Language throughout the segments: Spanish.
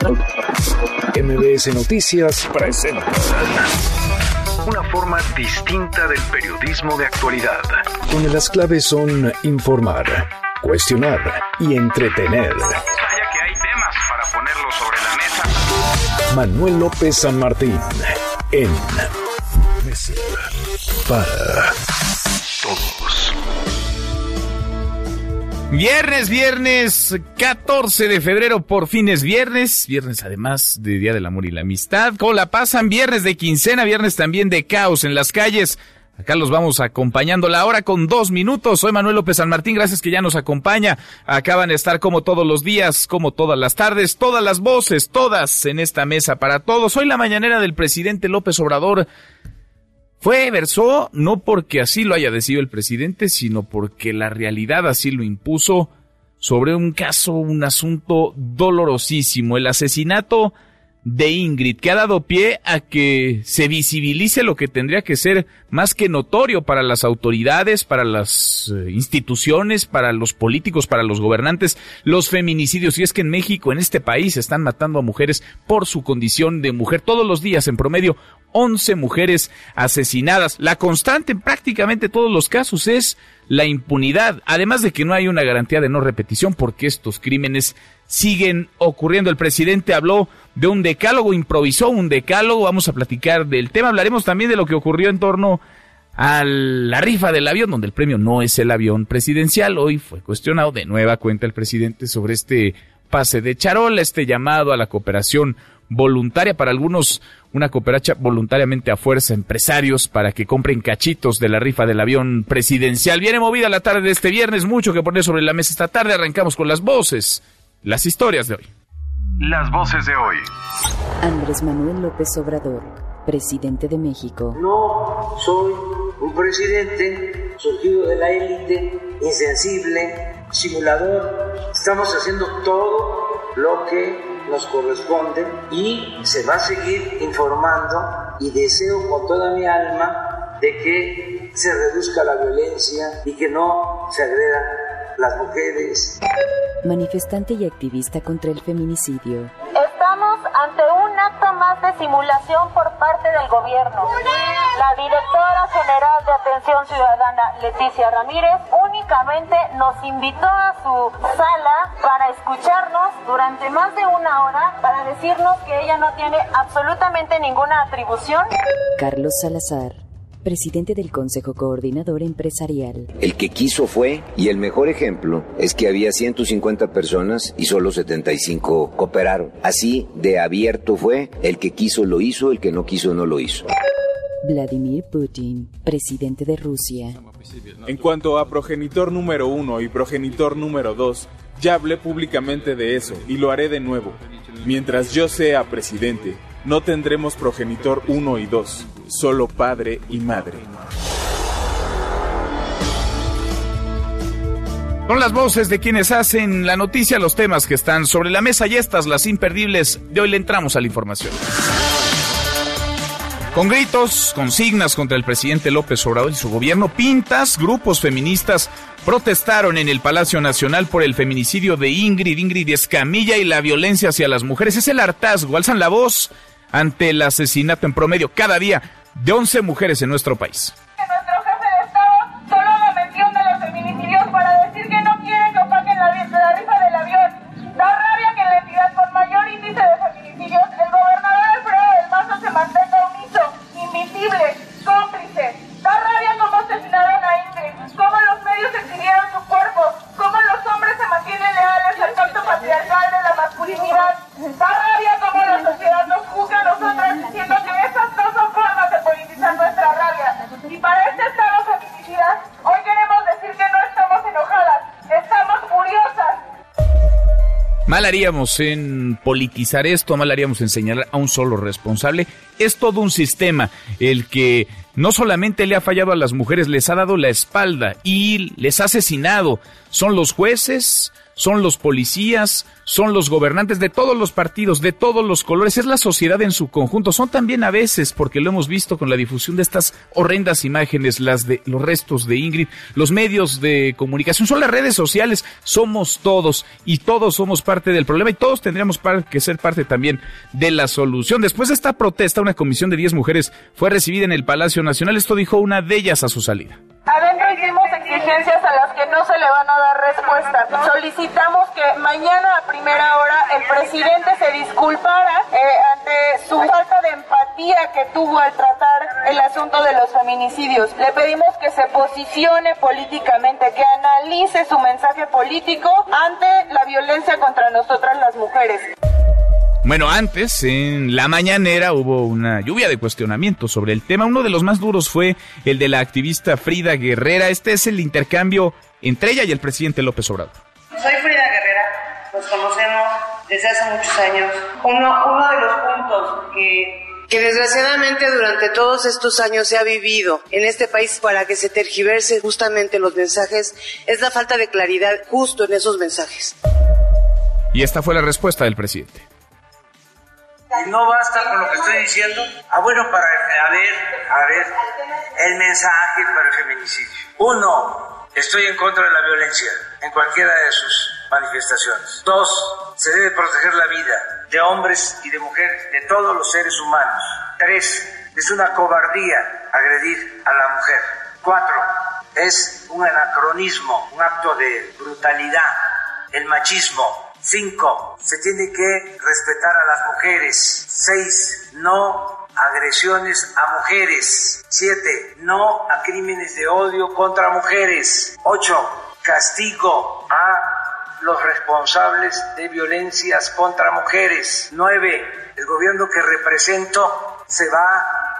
MBS Noticias presenta una forma distinta del periodismo de actualidad, donde las claves son informar, cuestionar y entretener. Vaya que hay temas para ponerlos sobre la mesa. Manuel López San Martín en Mesa para Todos. Viernes 14 de febrero, por fin es viernes además de Día del Amor y la Amistad. ¿Cómo la pasan? Viernes de quincena, viernes también de caos en las calles. Acá los vamos acompañando la hora con 2 minutos. Soy Manuel López San Martín, gracias que ya nos acompaña. Acaban de estar como todos los días, como todas las tardes, todas las voces, todas en esta mesa para todos. Hoy la mañanera del presidente López Obrador versó no porque así lo haya decidido el presidente, sino porque la realidad así lo impuso, sobre un caso, un asunto dolorosísimo, el asesinato de Ingrid, que ha dado pie a que se visibilice lo que tendría que ser más que notorio para las autoridades, para las instituciones, para los políticos, para los gobernantes, los feminicidios. Y es que en México, en este país, están matando a mujeres por su condición de mujer. Todos los días, en promedio, 11 mujeres asesinadas. La constante en prácticamente todos los casos es la impunidad, además de que no hay una garantía de no repetición porque estos crímenes siguen ocurriendo. El presidente habló de un decálogo, improvisó un decálogo, vamos a platicar del tema, hablaremos también de lo que ocurrió en torno a la rifa del avión, donde el premio no es el avión presidencial. Hoy fue cuestionado de nueva cuenta el presidente sobre este pase de charola, este llamado a la cooperación voluntaria, para algunos una cooperacha voluntariamente a fuerza, empresarios para que compren cachitos de la rifa del avión presidencial. Viene movida la tarde de este viernes, mucho que poner sobre la mesa esta tarde. Arrancamos con las voces, las historias de hoy. Las voces de hoy. Andrés Manuel López Obrador, presidente de México. No soy un presidente surgido de la élite, insensible, simulador. Estamos haciendo todo lo que nos corresponde y se va a seguir informando, y deseo con toda mi alma de que se reduzca la violencia y que no se agredan las mujeres. Manifestante y activista contra el feminicidio. Estamos ante un acto más de simulación por parte del gobierno. La directora general de Atención Ciudadana, Leticia Ramírez, únicamente nos invitó a su sala para escucharnos durante más de 1 hora para decirnos que ella no tiene absolutamente ninguna atribución. Carlos Salazar, presidente del Consejo Coordinador Empresarial. El que quiso fue, y el mejor ejemplo es que había 150 personas y solo 75 cooperaron. Así de abierto fue, el que quiso lo hizo, el que no quiso no lo hizo. Vladimir Putin, presidente de Rusia. En cuanto a progenitor número 1 y progenitor número 2, ya hablé públicamente de eso y lo haré de nuevo. Mientras yo sea presidente, no tendremos progenitor 1 y 2, solo padre y madre. Son las voces de quienes hacen la noticia, los temas que están sobre la mesa, y estas las imperdibles de hoy. Le entramos a la información. Con gritos, consignas contra el presidente López Obrador y su gobierno, pintas, grupos feministas protestaron en el Palacio Nacional por el feminicidio de Ingrid Escamilla y la violencia hacia las mujeres. Es el hartazgo, alzan la voz ante el asesinato en promedio cada día de 11 mujeres en nuestro país. Nuestro jefe de Estado solo haga mención de los feminicidios para decir que no quiere que opaquen la rifa del avión. Da rabia que en la entidad con mayor índice de feminicidios, el gobernador Alfredo del Mazo se mantenga omiso, invisible, cómplice. Da rabia cómo asesinaron a Ingrid, cómo los medios exhibieron su cuerpo, cómo los hombres se mantienen leales al pacto patriarcal de la masculinidad. Da rabia cómo la sociedad nos juzga a nosotras diciendo que esas no son formas de politizar nuestra rabia. Y para este estado feminicida, hoy queremos decir que no estamos enojadas, estamos furiosas. Mal haríamos en politizar esto, mal haríamos en señalar a un solo responsable. Es todo un sistema el que no solamente le ha fallado a las mujeres, les ha dado la espalda y les ha asesinado. Son los jueces, son los policías, son los gobernantes de todos los partidos, de todos los colores, es la sociedad en su conjunto. Son también a veces, porque lo hemos visto con la difusión de estas horrendas imágenes, las de los restos de Ingrid, los medios de comunicación, son las redes sociales, somos todos y todos somos parte del problema y todos tendríamos que ser parte también de la solución. Después de esta protesta, una comisión de 10 mujeres fue recibida en el Palacio Nacional. Esto dijo una de ellas a su salida. Adentro hicimos exigencias a las que no se le van a dar respuesta. Solicitamos que mañana a primera hora el presidente se disculpara ante su falta de empatía que tuvo al tratar el asunto de los feminicidios. Le pedimos que se posicione políticamente, que analice su mensaje político ante la violencia contra nosotras las mujeres. Bueno, antes, en la mañanera, hubo una lluvia de cuestionamientos sobre el tema. Uno de los más duros fue el de la activista Frida Guerrera. Este es el intercambio entre ella y el presidente López Obrador. Soy Frida Guerrera, nos conocemos desde hace muchos años. Uno de los puntos que desgraciadamente durante todos estos años se ha vivido en este país para que se tergiverse justamente los mensajes es la falta de claridad justo en esos mensajes. Y esta fue la respuesta del presidente. No basta con lo que estoy diciendo. Bueno, a ver, el mensaje para el feminicidio. 1, estoy en contra de la violencia en cualquiera de sus manifestaciones. 2, se debe proteger la vida de hombres y de mujeres, de todos los seres humanos. 3, es una cobardía agredir a la mujer. 4, es un anacronismo, un acto de brutalidad, el machismo. 5, se tiene que respetar a las mujeres. 6, no agresiones a mujeres. 7, no a crímenes de odio contra mujeres. 8, castigo a los responsables de violencias contra mujeres. 9, el gobierno que represento se va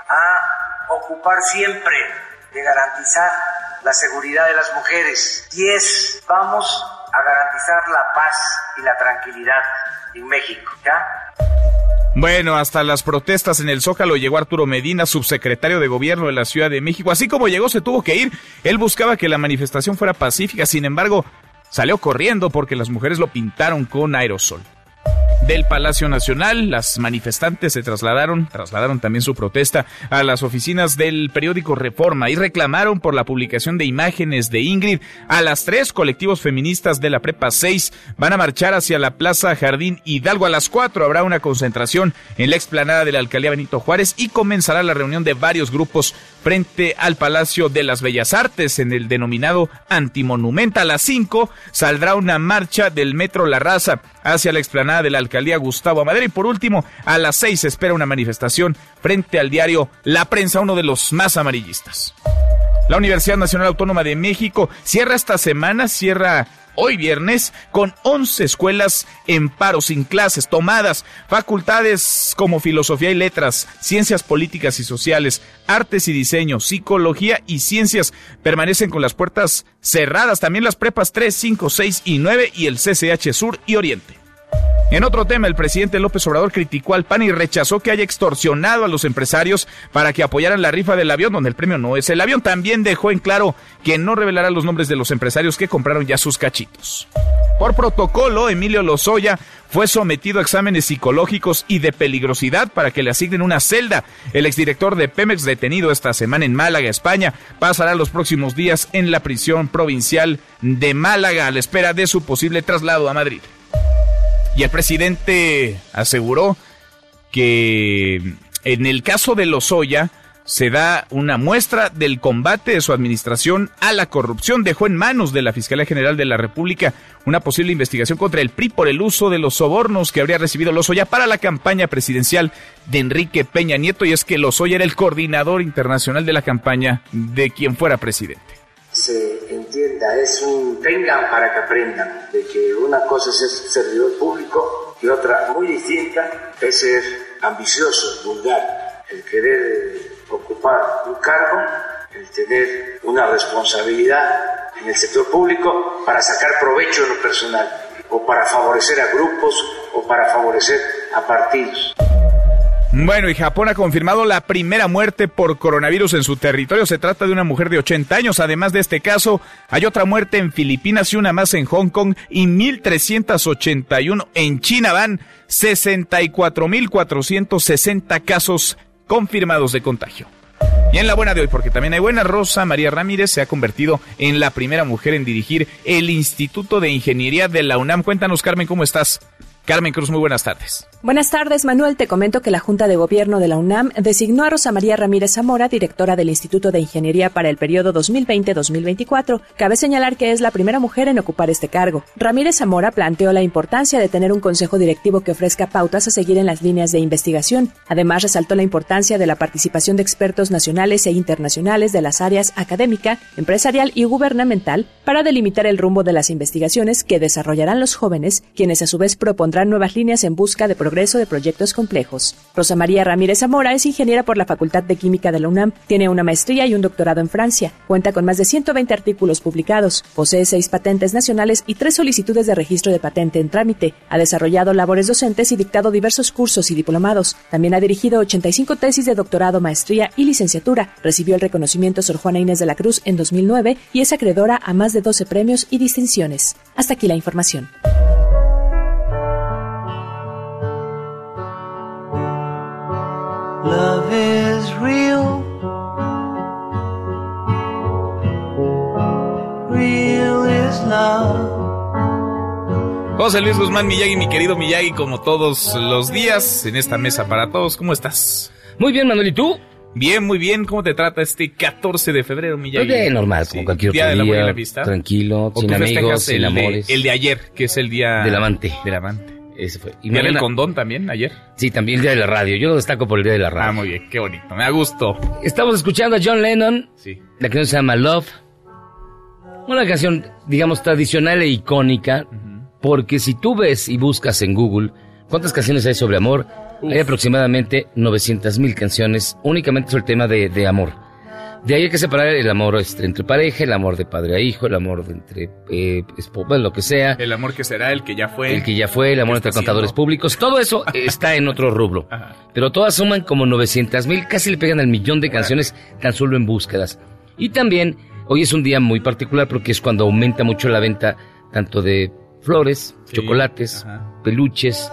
a ocupar siempre de garantizar la seguridad de las mujeres. 10, vamos a garantizar la paz y la tranquilidad en México, ¿ya? Bueno, hasta las protestas en el Zócalo llegó Arturo Medina, subsecretario de Gobierno de la Ciudad de México. Así como llegó, se tuvo que ir. Él buscaba que la manifestación fuera pacífica, sin embargo, salió corriendo porque las mujeres lo pintaron con aerosol. Del Palacio Nacional, las manifestantes se trasladaron también su protesta a las oficinas del periódico Reforma y reclamaron por la publicación de imágenes de Ingrid. A las 3, colectivos feministas de la Prepa 6 van a marchar hacia la Plaza Jardín Hidalgo. A las 4 habrá una concentración en la explanada de la Alcaldía Benito Juárez y comenzará la reunión de varios grupos frente al Palacio de las Bellas Artes en el denominado Antimonumenta. A las 5 saldrá una marcha del Metro La Raza hacia la explanada de la Alcaldía Gustavo Amadero y por último a las 6 se espera una manifestación frente al diario La Prensa, uno de los más amarillistas. La Universidad Nacional Autónoma de México cierra esta semana, hoy viernes, con 11 escuelas en paro, sin clases, tomadas. Facultades como Filosofía y Letras, Ciencias Políticas y Sociales, Artes y Diseño, Psicología y Ciencias permanecen con las puertas cerradas. También las prepas 3, 5, 6 y 9 y el CCH Sur y Oriente. En otro tema, el presidente López Obrador criticó al PAN y rechazó que haya extorsionado a los empresarios para que apoyaran la rifa del avión, donde el premio no es el avión. También dejó en claro que no revelará los nombres de los empresarios que compraron ya sus cachitos. Por protocolo, Emilio Lozoya fue sometido a exámenes psicológicos y de peligrosidad para que le asignen una celda. El exdirector de Pemex, detenido esta semana en Málaga, España, pasará los próximos días en la prisión provincial de Málaga a la espera de su posible traslado a Madrid. Y el presidente aseguró que en el caso de Lozoya se da una muestra del combate de su administración a la corrupción. Dejó en manos de la Fiscalía General de la República una posible investigación contra el PRI por el uso de los sobornos que habría recibido Lozoya para la campaña presidencial de Enrique Peña Nieto. Y es que Lozoya era el coordinador internacional de la campaña de quien fuera presidente. Se entienda, es un tengan para que aprendan, de que una cosa es ser servidor público y otra muy distinta es ser ambicioso, vulgar, el querer ocupar un cargo, el tener una responsabilidad en el sector público para sacar provecho de lo personal o para favorecer a grupos o para favorecer a partidos. Bueno, y Japón ha confirmado la primera muerte por coronavirus en su territorio. Se trata de una mujer de 80 años. Además de este caso, hay otra muerte en Filipinas y una más en Hong Kong y 1,381 en China. Van 64,460 casos confirmados de contagio. Y en la buena de hoy, porque también hay buena, Rosa María Ramírez se ha convertido en la primera mujer en dirigir el Instituto de Ingeniería de la UNAM. Cuéntanos, Carmen, ¿cómo estás? Carmen Cruz, muy buenas tardes. Buenas tardes, Manuel. Te comento que la Junta de Gobierno de la UNAM designó a Rosa María Ramírez Zamora, directora del Instituto de Ingeniería para el periodo 2020-2024. Cabe señalar que es la primera mujer en ocupar este cargo. Ramírez Zamora planteó la importancia de tener un consejo directivo que ofrezca pautas a seguir en las líneas de investigación. Además, resaltó la importancia de la participación de expertos nacionales e internacionales de las áreas académica, empresarial y gubernamental para delimitar el rumbo de las investigaciones que desarrollarán los jóvenes, quienes a su vez propondrán nuevas líneas en busca de progreso de proyectos complejos. Rosa María Ramírez Zamora es ingeniera por la Facultad de Química de la UNAM, tiene una maestría y un doctorado en Francia, cuenta con más de 120 artículos publicados, posee 6 patentes nacionales y 3 solicitudes de registro de patente en trámite, ha desarrollado labores docentes y dictado diversos cursos y diplomados, también ha dirigido 85 tesis de doctorado, maestría y licenciatura, recibió el reconocimiento Sor Juana Inés de la Cruz en 2009 y es acreedora a más de 12 premios y distinciones. Hasta aquí la información. Love is real. Real is love. José Luis Guzmán Miyagi, mi querido Miyagi, como todos los días, en esta mesa para todos. ¿Cómo estás? Muy bien, Manuel, ¿y tú? Bien, muy bien. ¿Cómo te trata este 14 de febrero, Miyagi? Pues normal, como cualquier otro día. Del amor y la amistad. Tranquilo, sin amigos, sin amores. El de ayer, que es el día... Del amante. Del amante. Ese fue. ¿Y el condón también, ayer? Sí, también el día de la radio. Yo lo destaco por el día de la radio. Ah, muy bien, qué bonito. Me da gusto. Estamos escuchando a John Lennon. Sí. La canción se llama Love. Una canción, digamos, tradicional e icónica. Porque si tú ves y buscas en Google cuántas canciones hay sobre amor, hay aproximadamente 900,000 canciones únicamente sobre el tema de amor. De ahí hay que separar el amor entre pareja, el amor de padre a hijo, el amor entre lo que sea. El amor que será, el que ya fue. El que ya fue, el amor entre contadores públicos. Todo eso está en otro rubro. Ajá. Pero todas suman como 900,000, casi le pegan al 1,000,000 de canciones tan solo en búsquedas. Y también, hoy es un día muy particular porque es cuando aumenta mucho la venta tanto de flores, chocolates, peluches.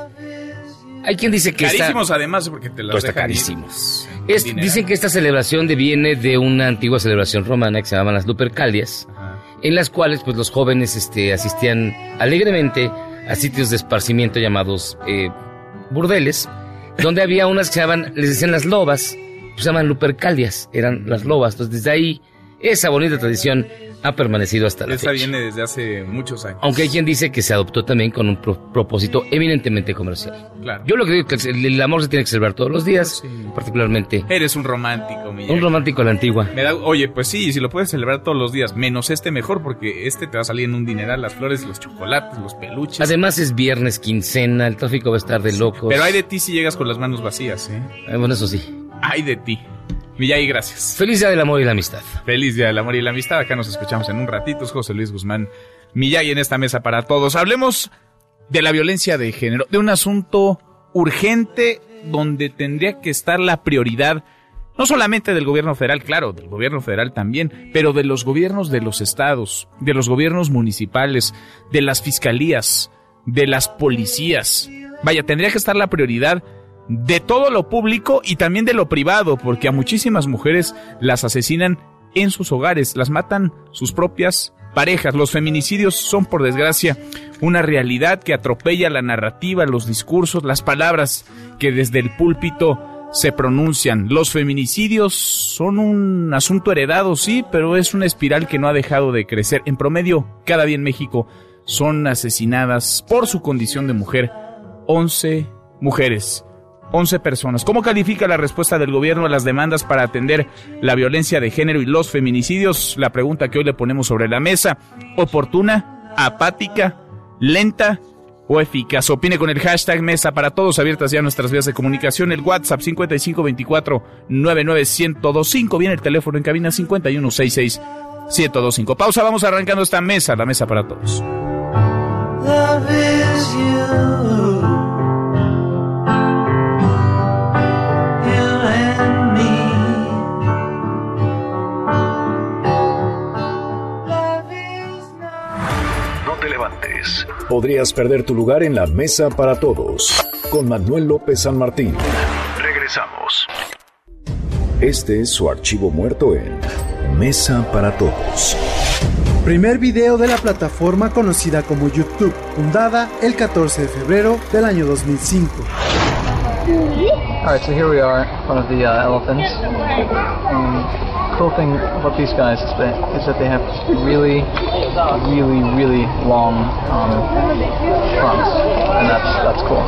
Hay quien dice que carísimos además porque te los dejan carísimos. Dicen que esta celebración viene de una antigua celebración romana que se llamaban las Lupercalias, en las cuales pues los jóvenes asistían alegremente a sitios de esparcimiento llamados burdeles, donde había unas que les decían las lobas, pues se llaman Lupercalias, eran las lobas. Entonces desde ahí esa bonita tradición ha permanecido hasta la fecha. Esa viene desde hace muchos años. Aunque hay quien dice que se adoptó también con un propósito eminentemente comercial. Claro. Yo lo que digo es que el amor se tiene que celebrar todos los días, particularmente. Eres un romántico, Miyagi. Un romántico a la antigua. Oye, pues sí, si lo puedes celebrar todos los días, menos mejor, porque te va a salir en un dineral, las flores, los chocolates, los peluches. Además es viernes, quincena, el tráfico va a estar de locos. Pero hay de ti si llegas con las manos vacías, ¿eh? Bueno, eso sí. Ay de ti. Miyagi, gracias. Feliz día del amor y la amistad. Feliz día del amor y la amistad. Acá nos escuchamos en un ratito. José Luis Guzmán Miyagi en esta mesa para todos. Hablemos de la violencia de género, de un asunto urgente donde tendría que estar la prioridad, no solamente del gobierno federal, claro, del gobierno federal también, pero de los gobiernos de los estados, de los gobiernos municipales, de las fiscalías, de las policías. Vaya, tendría que estar la prioridad de todo lo público y también de lo privado, porque a muchísimas mujeres las asesinan en sus hogares, las matan sus propias parejas. Los feminicidios son, por desgracia, una realidad que atropella la narrativa, los discursos, las palabras que desde el púlpito se pronuncian. Los feminicidios son un asunto heredado, sí, pero es una espiral que no ha dejado de crecer. En promedio, cada día en México son asesinadas por su condición de mujer 11 mujeres. 11 personas. ¿Cómo califica la respuesta del gobierno a las demandas para atender la violencia de género y los feminicidios? La pregunta que hoy le ponemos sobre la mesa. ¿Oportuna, apática, lenta o eficaz? Opine con el hashtag Mesa para Todos, abiertas ya nuestras vías de comunicación. El WhatsApp 5524-99125. Viene el teléfono en cabina 5166-1025. Pausa, vamos arrancando esta mesa, la Mesa para Todos. Love is you. podrías perder tu lugar en la mesa para todos. Con Manuel López San Martín. Regresamos. Este es su archivo muerto en Mesa para Todos. Primer video de la plataforma conocida como YouTube, fundada el 14 de febrero del año 2005. Alright, so here we are in front of the elephants. Cool thing about these guys is that they have really long trunks, and that's cool.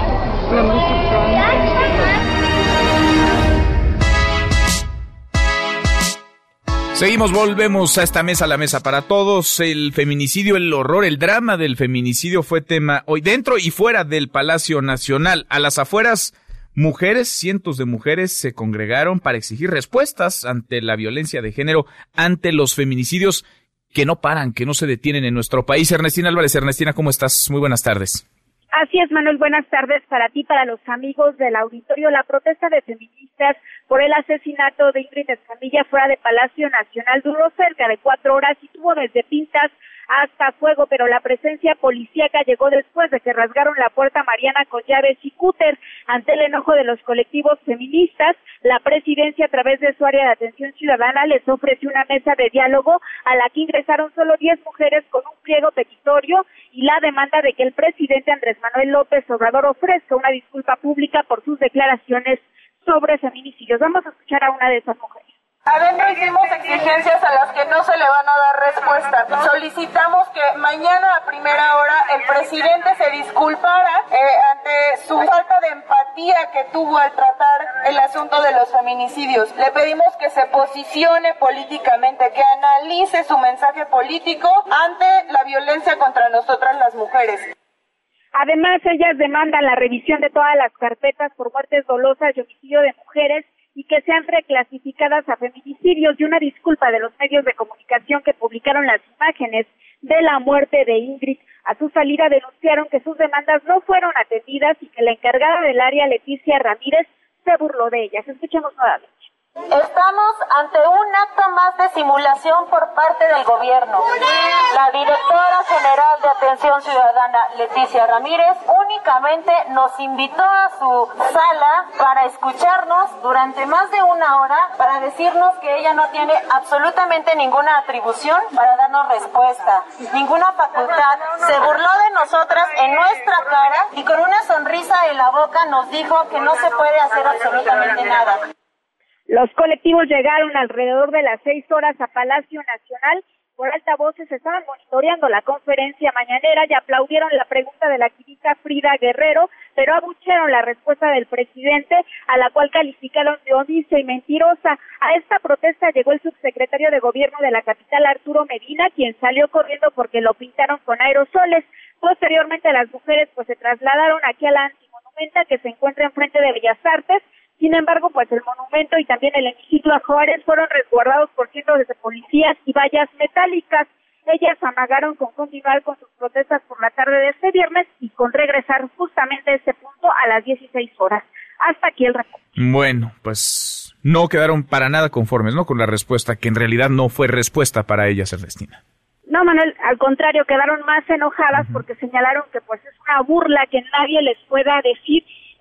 Seguimos, volvemos a esta mesa, la mesa para todos. El feminicidio, el horror, el drama del feminicidio fue tema hoy dentro y fuera del Palacio Nacional. A las afueras, mujeres, cientos de mujeres se congregaron para exigir respuestas ante la violencia de género, ante los feminicidios que no paran, que no se detienen en nuestro país. Ernestina Álvarez. Ernestina, ¿cómo estás? Muy buenas tardes. Así es, Manuel, buenas tardes para ti, para los amigos del auditorio. La protesta de feministas por el asesinato de Ingrid Escamilla fuera de Palacio Nacional duró cerca de 4 horas y tuvo desde pintas hasta fuego, pero la presencia policíaca llegó después de que rasgaron la puerta Mariana con llaves y cúter. Ante el enojo de los colectivos feministas, la presidencia, a través de su área de atención ciudadana, les ofreció una mesa de diálogo a la que ingresaron solo 10 mujeres con un pliego petitorio y la demanda de que el presidente Andrés Manuel López Obrador ofrezca una disculpa pública por sus declaraciones sobre feminicidios. Vamos a escuchar a una de esas mujeres. Adentro hicimos exigencias a las que no se le van a dar respuesta. Solicitamos que mañana a primera hora el presidente se disculpara ante su falta de empatía que tuvo al tratar el asunto de los feminicidios. Le pedimos que se posicione políticamente, que analice su mensaje político ante la violencia contra nosotras las mujeres. Además, ellas demandan la revisión de todas las carpetas por muertes dolosas y homicidio de mujeres y que sean reclasificadas a feminicidios, y una disculpa de los medios de comunicación que publicaron las imágenes de la muerte de Ingrid. A su salida denunciaron que sus demandas no fueron atendidas y que la encargada del área, Leticia Ramírez, se burló de ellas. Escuchemos nuevamente. Estamos ante un acto más de simulación por parte del gobierno. La directora general de Atención Ciudadana, Leticia Ramírez, únicamente nos invitó a su sala para escucharnos durante más de 1 hora, para decirnos que ella no tiene absolutamente ninguna atribución para darnos respuesta, ninguna facultad. Se burló de nosotras en nuestra cara y con una sonrisa en la boca nos dijo que no se puede hacer absolutamente nada. Los colectivos llegaron alrededor de las 6 horas a Palacio Nacional. Por altavoces estaban monitoreando la conferencia mañanera y aplaudieron la pregunta de la activista Frida Guerrero, pero abuchearon la respuesta del presidente, a la cual calificaron de omisa y mentirosa. A esta protesta llegó el subsecretario de Gobierno de la capital, Arturo Medina, quien salió corriendo porque lo pintaron con aerosoles. Posteriormente, las mujeres se trasladaron aquí a la antimonumenta que se encuentra enfrente de Bellas Artes. Sin embargo, el monumento y también el hemiciclo a Juárez fueron resguardados por cientos de policías y vallas metálicas. Ellas amagaron con continuar con sus protestas por la tarde de este viernes y con regresar justamente a este punto a las 16 horas. Hasta aquí el reporte. Bueno, no quedaron para nada conformes, ¿no?, con la respuesta, que en realidad no fue respuesta para ellas, Ernestina. No, Manuel, al contrario, quedaron más enojadas porque señalaron que es una burla que nadie les pueda decir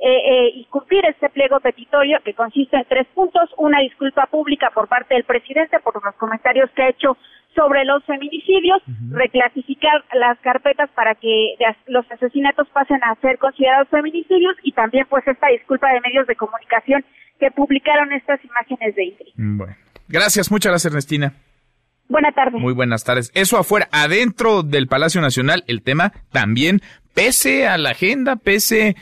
y cumplir este pliego petitorio, que consiste en 3 puntos: una disculpa pública por parte del presidente por los comentarios que ha hecho sobre los feminicidios, reclasificar las carpetas para que los asesinatos pasen a ser considerados feminicidios, y también esta disculpa de medios de comunicación que publicaron estas imágenes de Ingrid. Bueno, gracias, muchas gracias, Ernestina. Buenas tardes. Muy buenas tardes. Eso afuera. Adentro del Palacio Nacional, el tema también, pese a la agenda, pese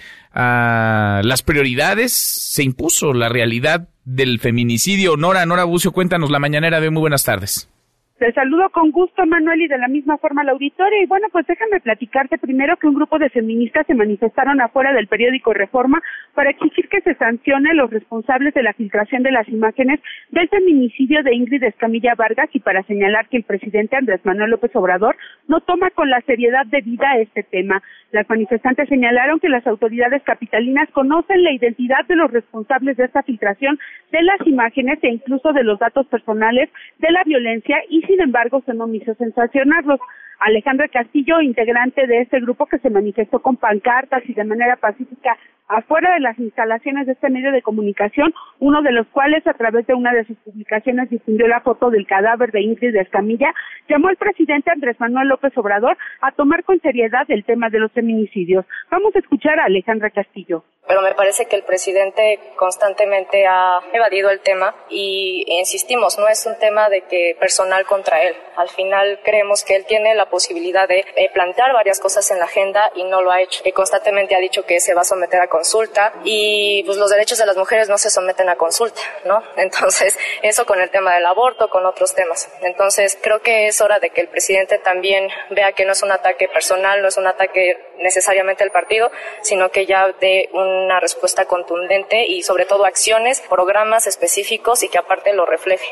a las prioridades, se impuso la realidad del feminicidio. Nora Bucio, cuéntanos la mañanera de hoy. Muy buenas tardes. Te saludo con gusto, Manuel, y de la misma forma al auditorio. Y bueno, déjame platicarte primero que un grupo de feministas se manifestaron afuera del periódico Reforma para exigir que se sancione los responsables de la filtración de las imágenes del feminicidio de Ingrid Escamilla Vargas, y para señalar que el presidente Andrés Manuel López Obrador no toma con la seriedad debida este tema. Las manifestantes señalaron que las autoridades capitalinas conocen la identidad de los responsables de esta filtración de las imágenes e incluso de los datos personales de la violencia, y sin embargo son omisos en sancionarlos. Alejandra Castillo, integrante de este grupo que se manifestó con pancartas y de manera pacífica afuera de las instalaciones de este medio de comunicación, uno de los cuales a través de una de sus publicaciones difundió la foto del cadáver de Ingrid Escamilla, llamó al presidente Andrés Manuel López Obrador a tomar con seriedad el tema de los feminicidios. Vamos a escuchar a Alejandra Castillo. Pero me parece que el presidente constantemente ha evadido el tema y insistimos, no es un tema de que personal contra él. Al final creemos que él tiene la posibilidad de plantear varias cosas en la agenda y no lo ha hecho. Constantemente ha dicho que se va a someter a consulta y pues los derechos de las mujeres no se someten a consulta, ¿no? Entonces, eso con el tema del aborto, con otros temas. Entonces, creo que es hora de que el presidente también vea que no es un ataque personal, no es un ataque necesariamente al partido, sino que ya dé una respuesta contundente y sobre todo acciones, programas específicos y que aparte lo refleje.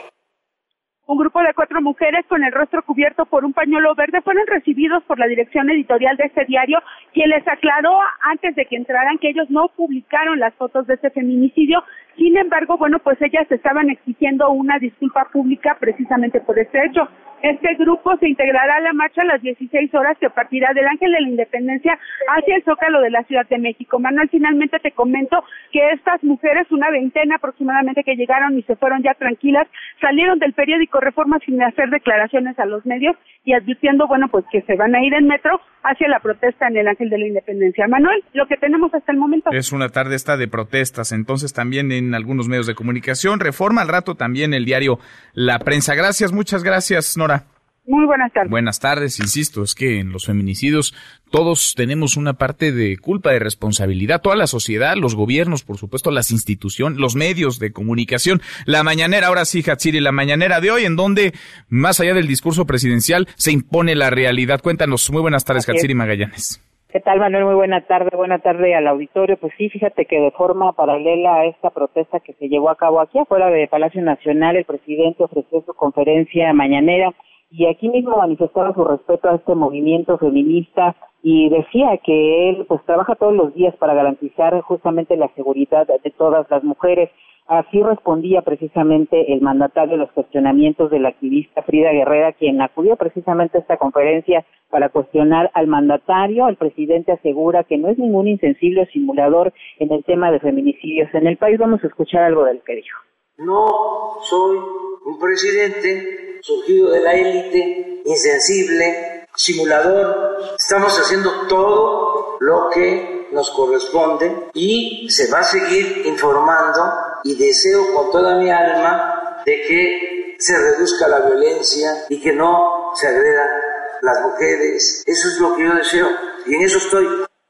Un grupo de 4 mujeres con el rostro cubierto por un pañuelo verde fueron recibidos por la dirección editorial de este diario, quien les aclaró antes de que entraran que ellos no publicaron las fotos de este feminicidio. Sin embargo, pues ellas estaban exigiendo una disculpa pública precisamente por este hecho. Este grupo se integrará a la marcha a las 16 horas que partirá del Ángel de la Independencia hacia el Zócalo de la Ciudad de México. Manuel, finalmente te comento que estas mujeres, una veintena aproximadamente que llegaron y se fueron ya tranquilas, salieron del periódico Reforma sin hacer declaraciones a los medios y advirtiendo, pues que se van a ir en metro hacia la protesta en el Ángel de la Independencia. Manuel, lo que tenemos hasta el momento. Es una tarde esta de protestas, entonces también en algunos medios de comunicación, Reforma, al rato también el diario La Prensa. Gracias, muchas gracias, Nora. Muy buenas tardes. Buenas tardes, insisto, es que en los feminicidios todos tenemos una parte de culpa, de responsabilidad, toda la sociedad, los gobiernos, por supuesto, las instituciones, los medios de comunicación. La mañanera, ahora sí, Hatsiri, la mañanera de hoy, en donde, más allá del discurso presidencial, se impone la realidad. Cuéntanos, muy buenas tardes, Hatsiri Magallanes. ¿Qué tal, Manuel? Muy buena tarde al auditorio. Pues sí, fíjate que de forma paralela a esta protesta que se llevó a cabo aquí afuera de Palacio Nacional, el presidente ofreció su conferencia mañanera y aquí mismo manifestaba su respeto a este movimiento feminista y decía que él trabaja todos los días para garantizar justamente la seguridad de todas las mujeres. Así respondía precisamente el mandatario a los cuestionamientos de la activista Frida Guerrera, quien acudió precisamente a esta conferencia para cuestionar al mandatario. El presidente asegura que no es ningún insensible o simulador en el tema de feminicidios en el país. Vamos a escuchar algo de lo que dijo. No soy un presidente surgido de la élite, insensible, simulador. Estamos haciendo todo lo que nos corresponde y se va a seguir informando y deseo con toda mi alma de que se reduzca la violencia y que no se agredan las mujeres. Eso es lo que yo deseo y en eso estoy.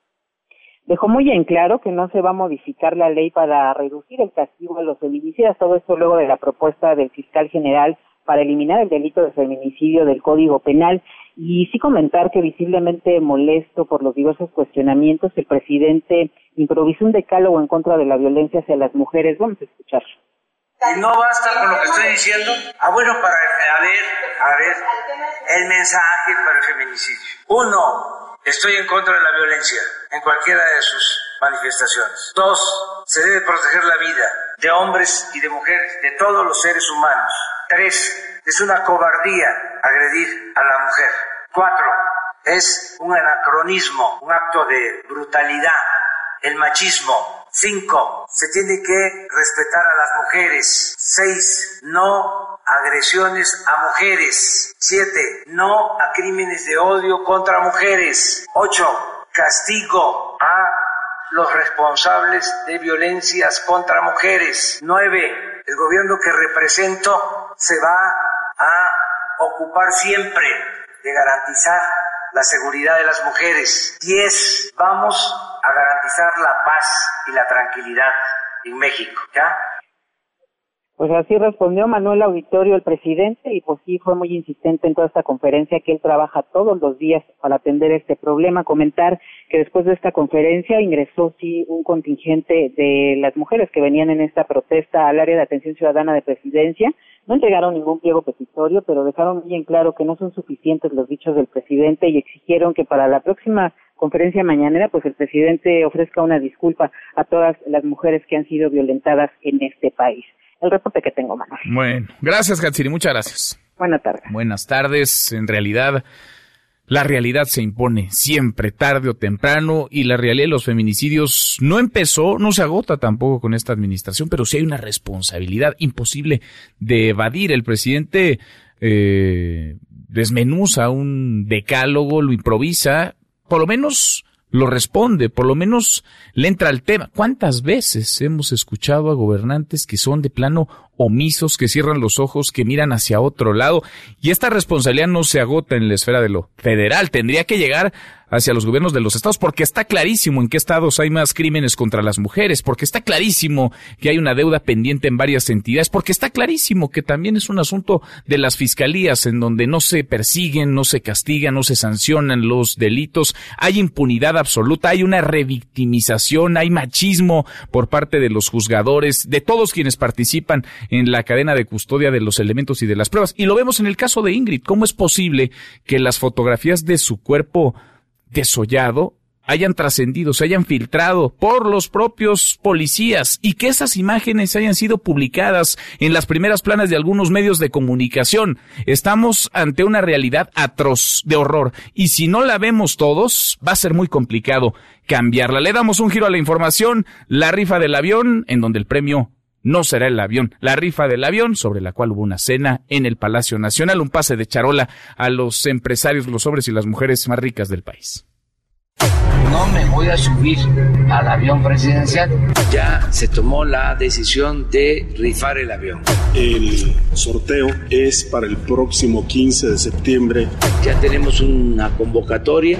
Dejó muy en claro que no se va a modificar la ley para reducir el castigo a los feminicidas, todo esto luego de la propuesta del fiscal general para eliminar el delito de feminicidio del Código Penal. Y sí comentar que visiblemente molesto por los diversos cuestionamientos, el presidente improvisó un decálogo en contra de la violencia hacia las mujeres. Vamos a escuchar. Y no basta con lo que estoy diciendo. A ver, el mensaje para el feminicidio. 1, estoy en contra de la violencia en cualquiera de sus manifestaciones. 2, se debe proteger la vida de hombres y de mujeres, de todos los seres humanos. 3, es una cobardía agredir a la mujer. 4, es un anacronismo, un acto de brutalidad, el machismo. 5, se tiene que respetar a las mujeres. 6, no agresiones a mujeres. 7, no a crímenes de odio contra mujeres. 8, castigo a los responsables de violencias contra mujeres. 9, el gobierno que represento se va a ocupar siempre de garantizar la seguridad de las mujeres. 10, vamos a garantizar la paz y la tranquilidad en México, ¿ya? Pues así respondió Manuel Auditorio, el presidente, y pues sí fue muy insistente en toda esta conferencia que él trabaja todos los días para atender este problema. Comentar que después de esta conferencia ingresó sí un contingente de las mujeres que venían en esta protesta al área de atención ciudadana de Presidencia. No entregaron ningún pliego petitorio, pero dejaron bien claro que no son suficientes los dichos del presidente y exigieron que para la próxima conferencia mañanera, pues el presidente ofrezca una disculpa a todas las mujeres que han sido violentadas en este país. El reporte que tengo, Manuel. Bueno, gracias, Hatsiri, muchas gracias. Buenas tardes. Buenas tardes. En realidad, La realidad se impone siempre, tarde o temprano, y la realidad de los feminicidios no empezó, no se agota tampoco con esta administración, pero sí hay una responsabilidad imposible de evadir. El presidente desmenuza un decálogo, lo improvisa, por lo menos lo responde, por lo menos le entra al tema. ¿Cuántas veces hemos escuchado a gobernantes que son de plano omisos, que cierran los ojos, que miran hacia otro lado? Y esta responsabilidad no se agota en la esfera de lo federal, tendría que llegar hacia los gobiernos de los estados, porque está clarísimo en qué estados hay más crímenes contra las mujeres, porque está clarísimo que hay una deuda pendiente en varias entidades, porque está clarísimo que también es un asunto de las fiscalías en donde no se persiguen, no se castigan, no se sancionan los delitos, hay impunidad absoluta, hay una revictimización, hay machismo por parte de los juzgadores, de todos quienes participan en la cadena de custodia de los elementos y de las pruebas. Y lo vemos en el caso de Ingrid. ¿Cómo es posible que las fotografías de su cuerpo desollado hayan trascendido, se hayan filtrado por los propios policías y que esas imágenes hayan sido publicadas en las primeras planas de algunos medios de comunicación? Estamos ante una realidad atroz, de horror, y si no la vemos todos, va a ser muy complicado cambiarla. Le damos un giro a la información, la rifa del avión, en donde el premio no será el avión, la rifa del avión, sobre la cual hubo una cena en el Palacio Nacional, un pase de charola a los empresarios, los hombres y las mujeres más ricas del país. No me voy a subir al avión presidencial. Ya se tomó la decisión de rifar el avión. El sorteo es para el próximo 15 de septiembre. Ya tenemos una convocatoria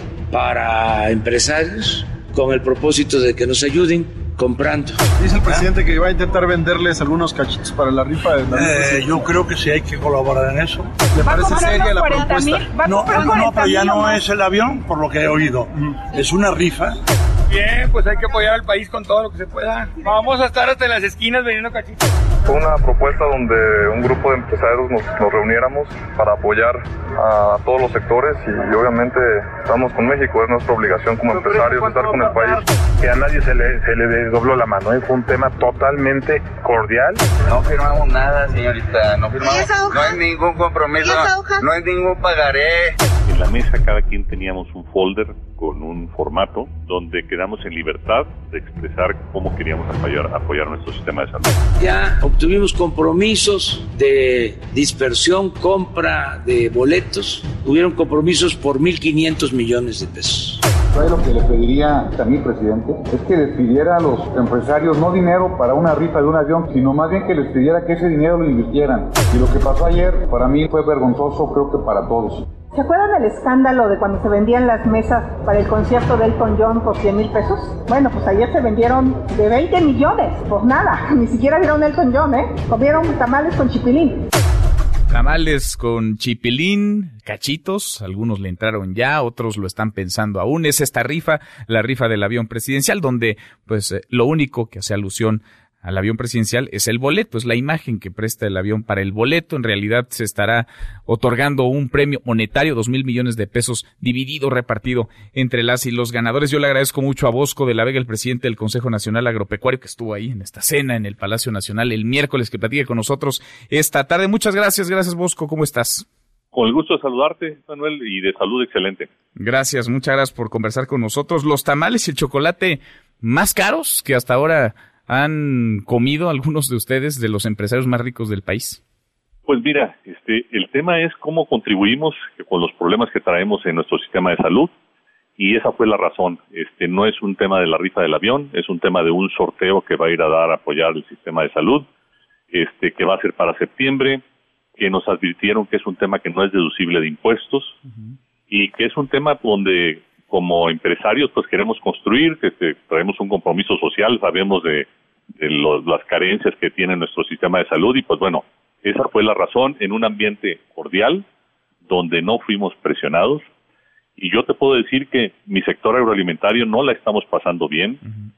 para empresarios con el propósito de que nos ayuden comprando. Dice el presidente que va a intentar venderles algunos cachitos para la rifa de la yo creo que sí hay que colaborar en eso. ¿Le parece seria la propuesta? No, pero ya no es el avión, por lo que he oído. Es una rifa. Bien, pues hay que apoyar al país con todo lo que se pueda. Vamos a estar hasta en las esquinas vendiendo cachitos. Fue una propuesta donde un grupo de empresarios nos reuniéramos para apoyar a todos los sectores y obviamente estamos con México, es nuestra obligación como empresarios estar con el país. Que a nadie se le dobló la mano, fue un tema totalmente cordial. No firmamos nada, señorita, no firmamos, no hay ningún compromiso, no hay ningún pagaré. En la mesa cada quien teníamos un folder con un formato donde quedamos en libertad de expresar cómo queríamos apoyar nuestro sistema de salud. Ya obtuvimos compromisos de dispersión, compra de boletos. Hubieron compromisos por 1.500 millones de pesos. Lo que le pediría a mi presidente es que les pidiera a los empresarios no dinero para una rifa de un avión, sino más bien que les pidiera que ese dinero lo invirtieran. Y lo que pasó ayer para mí fue vergonzoso, creo que para todos. ¿Se acuerdan del escándalo de cuando se vendían las mesas para el concierto de Elton John por 100,000 pesos? Bueno, pues ayer se vendieron de 20 millones, pues nada, ni siquiera vieron Elton John, comieron tamales con chipilín. Tamales con chipilín, cachitos, algunos le entraron ya, otros lo están pensando aún. Es esta rifa, la rifa del avión presidencial, donde pues lo único que hace alusión al avión presidencial es el boleto, es la imagen que presta el avión para el boleto. En realidad se estará otorgando un premio monetario, 2,000 millones de pesos, dividido, repartido entre las y los ganadores. Yo le agradezco mucho a Bosco de la Vega, el presidente del Consejo Nacional Agropecuario, que estuvo ahí en esta cena en el Palacio Nacional el miércoles, que platique con nosotros esta tarde. Muchas gracias Bosco, ¿cómo estás? Con el gusto de saludarte, Manuel, y de salud excelente. Gracias, muchas gracias por conversar con nosotros. Los tamales y el chocolate más caros que hasta ahora han comido algunos de ustedes, de los empresarios más ricos del país. Pues mira, el tema es cómo contribuimos con los problemas que traemos en nuestro sistema de salud, y esa fue la razón. No es un tema de la rifa del avión, es un tema de un sorteo que va a ir a apoyar el sistema de salud, que va a ser para septiembre, que nos advirtieron que es un tema que no es deducible de impuestos, y que es un tema donde como empresarios pues queremos construir, traemos un compromiso social, sabemos de las carencias que tiene nuestro sistema de salud, y pues bueno, esa fue la razón, en un ambiente cordial, donde no fuimos presionados. Y yo te puedo decir que mi sector agroalimentario no la estamos pasando bien.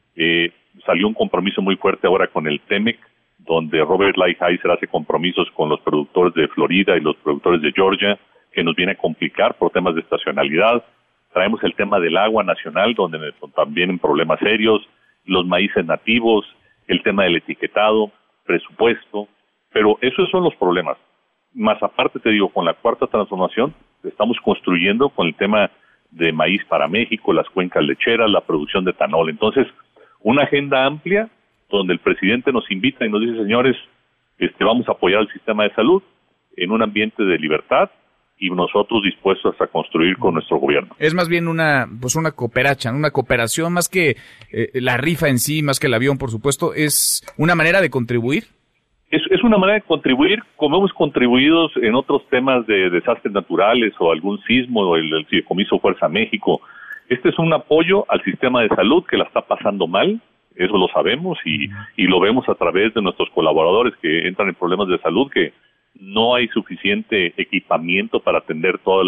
Salió un compromiso muy fuerte ahora con el TEMEC, donde Robert Lighthizer hace compromisos con los productores de Florida y los productores de Georgia, que nos viene a complicar por temas de estacionalidad. Traemos el tema del agua nacional, donde también en problemas serios, los maíces nativos, el tema del etiquetado, presupuesto, pero esos son los problemas. Más aparte, te digo, con la cuarta transformación, estamos construyendo con el tema de maíz para México, las cuencas lecheras, la producción de etanol. Entonces, una agenda amplia donde el presidente nos invita y nos dice, señores, vamos a apoyar el sistema de salud en un ambiente de libertad y nosotros dispuestos a construir con nuestro gobierno. Es más bien una cooperación, más que la rifa en sí, más que el avión, por supuesto, es una manera de contribuir. Es una manera de contribuir, como hemos contribuido en otros temas de desastres naturales o algún sismo o el fideicomiso Fuerza México. Este es un apoyo al sistema de salud que la está pasando mal, eso lo sabemos y lo vemos a través de nuestros colaboradores que entran en problemas de salud, que no hay suficiente equipamiento para atender todas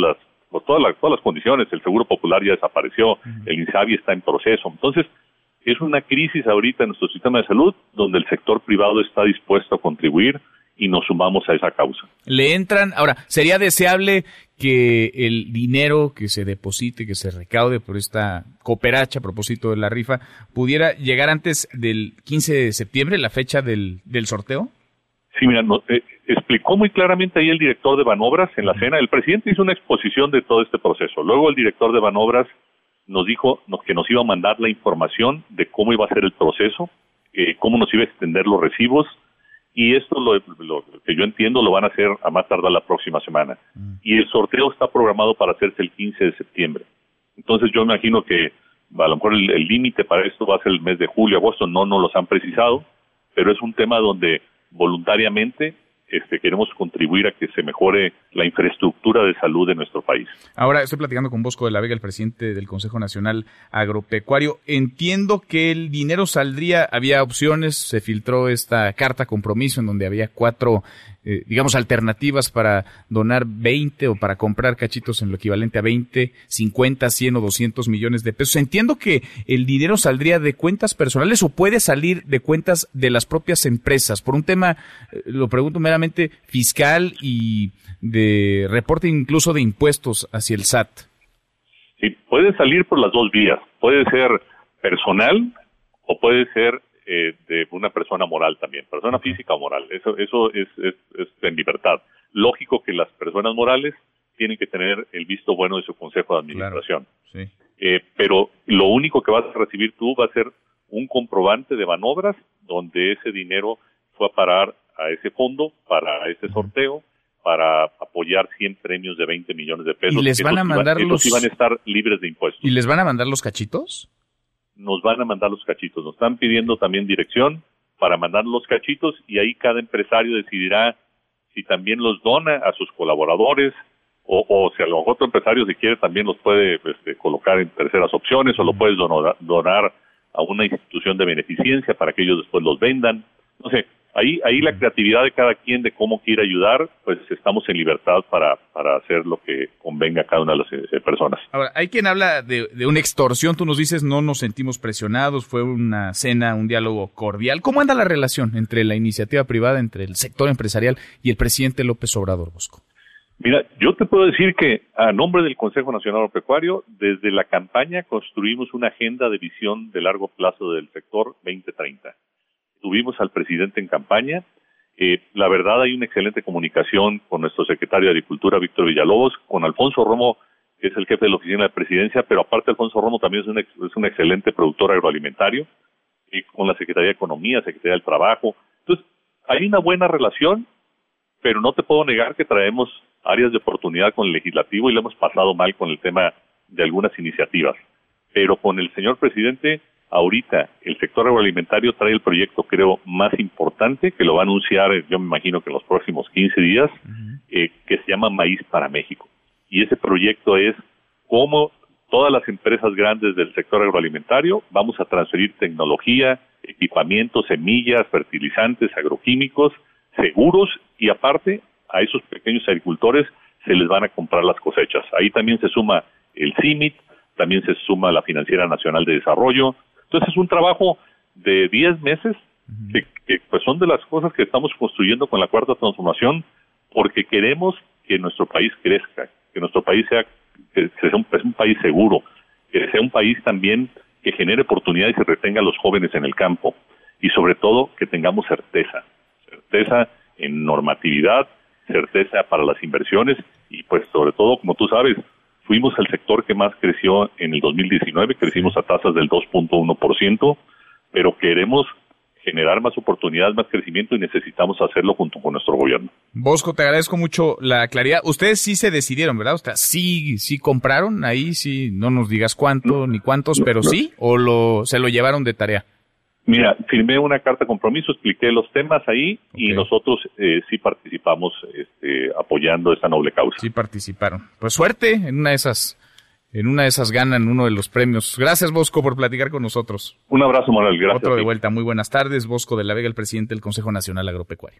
las condiciones. El Seguro Popular ya desapareció, el INSABI está en proceso. Entonces, es una crisis ahorita en nuestro sistema de salud donde el sector privado está dispuesto a contribuir y nos sumamos a esa causa. Ahora, ¿sería deseable que el dinero que se deposite, que se recaude por esta cooperacha a propósito de la rifa, pudiera llegar antes del 15 de septiembre, la fecha del sorteo? Sí, mira, explicó muy claramente ahí el director de Banobras en la cena. El presidente hizo una exposición de todo este proceso. Luego el director de Banobras nos dijo que nos iba a mandar la información de cómo iba a ser el proceso, cómo nos iba a extender los recibos, y esto lo que yo entiendo lo van a hacer a más tardar la próxima semana. Y el sorteo está programado para hacerse el 15 de septiembre. Entonces yo imagino que a lo mejor el límite para esto va a ser el mes de julio, agosto, no nos los han precisado, pero es un tema donde voluntariamente queremos contribuir a que se mejore la infraestructura de salud de nuestro país. Ahora estoy platicando con Bosco de la Vega, el presidente del Consejo Nacional Agropecuario. Entiendo que el dinero saldría, había opciones, se filtró esta carta compromiso en donde había 4, alternativas para donar 20 o para comprar cachitos en lo equivalente a 20, 50, 100 o 200 millones de pesos. Entiendo que el dinero saldría de cuentas personales o puede salir de cuentas de las propias empresas por un tema, lo pregunto meramente fiscal y de reporte incluso de impuestos hacia el SAT. Sí, puede salir por las dos vías. Puede ser personal o puede ser de una persona moral también, persona física o moral. Eso es en libertad. Lógico que las personas morales tienen que tener el visto bueno de su consejo de administración. Claro, sí. Pero lo único que vas a recibir tú va a ser un comprobante de Banobras donde ese dinero fue a parar a ese fondo para ese sorteo, para apoyar 100 premios de 20 millones de pesos. ¿Y les van a mandar esos iban a estar libres de impuestos? ¿Y les van a mandar los cachitos? Nos van a mandar los cachitos. Nos están pidiendo también dirección para mandar los cachitos y ahí cada empresario decidirá si también los dona a sus colaboradores o si a lo mejor otro empresario si quiere también los puede colocar en terceras opciones o lo puedes donar a una institución de beneficencia para que ellos después los vendan. No sé. Ahí la creatividad de cada quien de cómo quiere ayudar, pues estamos en libertad para hacer lo que convenga a cada una de las personas. Ahora, hay quien habla de una extorsión, tú nos dices no nos sentimos presionados, fue una cena, un diálogo cordial. ¿Cómo anda la relación entre la iniciativa privada, entre el sector empresarial y el presidente López Obrador, Bosco? Mira, yo te puedo decir que a nombre del Consejo Nacional Agropecuario, desde la campaña construimos una agenda de visión de largo plazo del sector 2030. Tuvimos al presidente en campaña. La verdad hay una excelente comunicación con nuestro secretario de Agricultura, Víctor Villalobos, con Alfonso Romo, que es el jefe de la oficina de presidencia, pero aparte Alfonso Romo también es un excelente productor agroalimentario, con la Secretaría de Economía, Secretaría del Trabajo. Entonces, hay una buena relación, pero no te puedo negar que traemos áreas de oportunidad con el legislativo y le hemos pasado mal con el tema de algunas iniciativas. Pero con el señor presidente, ahorita el sector agroalimentario trae el proyecto, creo, más importante, que lo va a anunciar, yo me imagino que en los próximos 15 días, que se llama Maíz para México. Y ese proyecto es cómo todas las empresas grandes del sector agroalimentario vamos a transferir tecnología, equipamiento, semillas, fertilizantes, agroquímicos, seguros, y aparte a esos pequeños agricultores se les van a comprar las cosechas. Ahí también se suma el CIMIT, también se suma la Financiera Nacional de Desarrollo. Entonces es un trabajo de 10 meses que pues son de las cosas que estamos construyendo con la Cuarta Transformación, porque queremos que nuestro país crezca, que nuestro país sea un país seguro, que sea un país también que genere oportunidades y retenga a los jóvenes en el campo, y sobre todo que tengamos certeza en normatividad, certeza para las inversiones y pues sobre todo, como tú sabes, fuimos el sector que más creció en el 2019, crecimos a tasas del 2.1%, pero queremos generar más oportunidades, más crecimiento y necesitamos hacerlo junto con nuestro gobierno. Bosco, te agradezco mucho la claridad. Ustedes sí se decidieron, ¿verdad? O sea, sí compraron ahí, sí, no nos digas cuánto ni cuántos, pero sí, o se lo llevaron de tarea. Mira, firmé una carta de compromiso, expliqué los temas ahí y nosotros sí participamos apoyando esta noble causa. Sí participaron. Pues suerte, en una de esas ganan uno de los premios. Gracias, Bosco, por platicar con nosotros. Un abrazo, Manuel. Gracias. Otro de vuelta. Muy buenas tardes. Bosco de la Vega, el presidente del Consejo Nacional Agropecuario.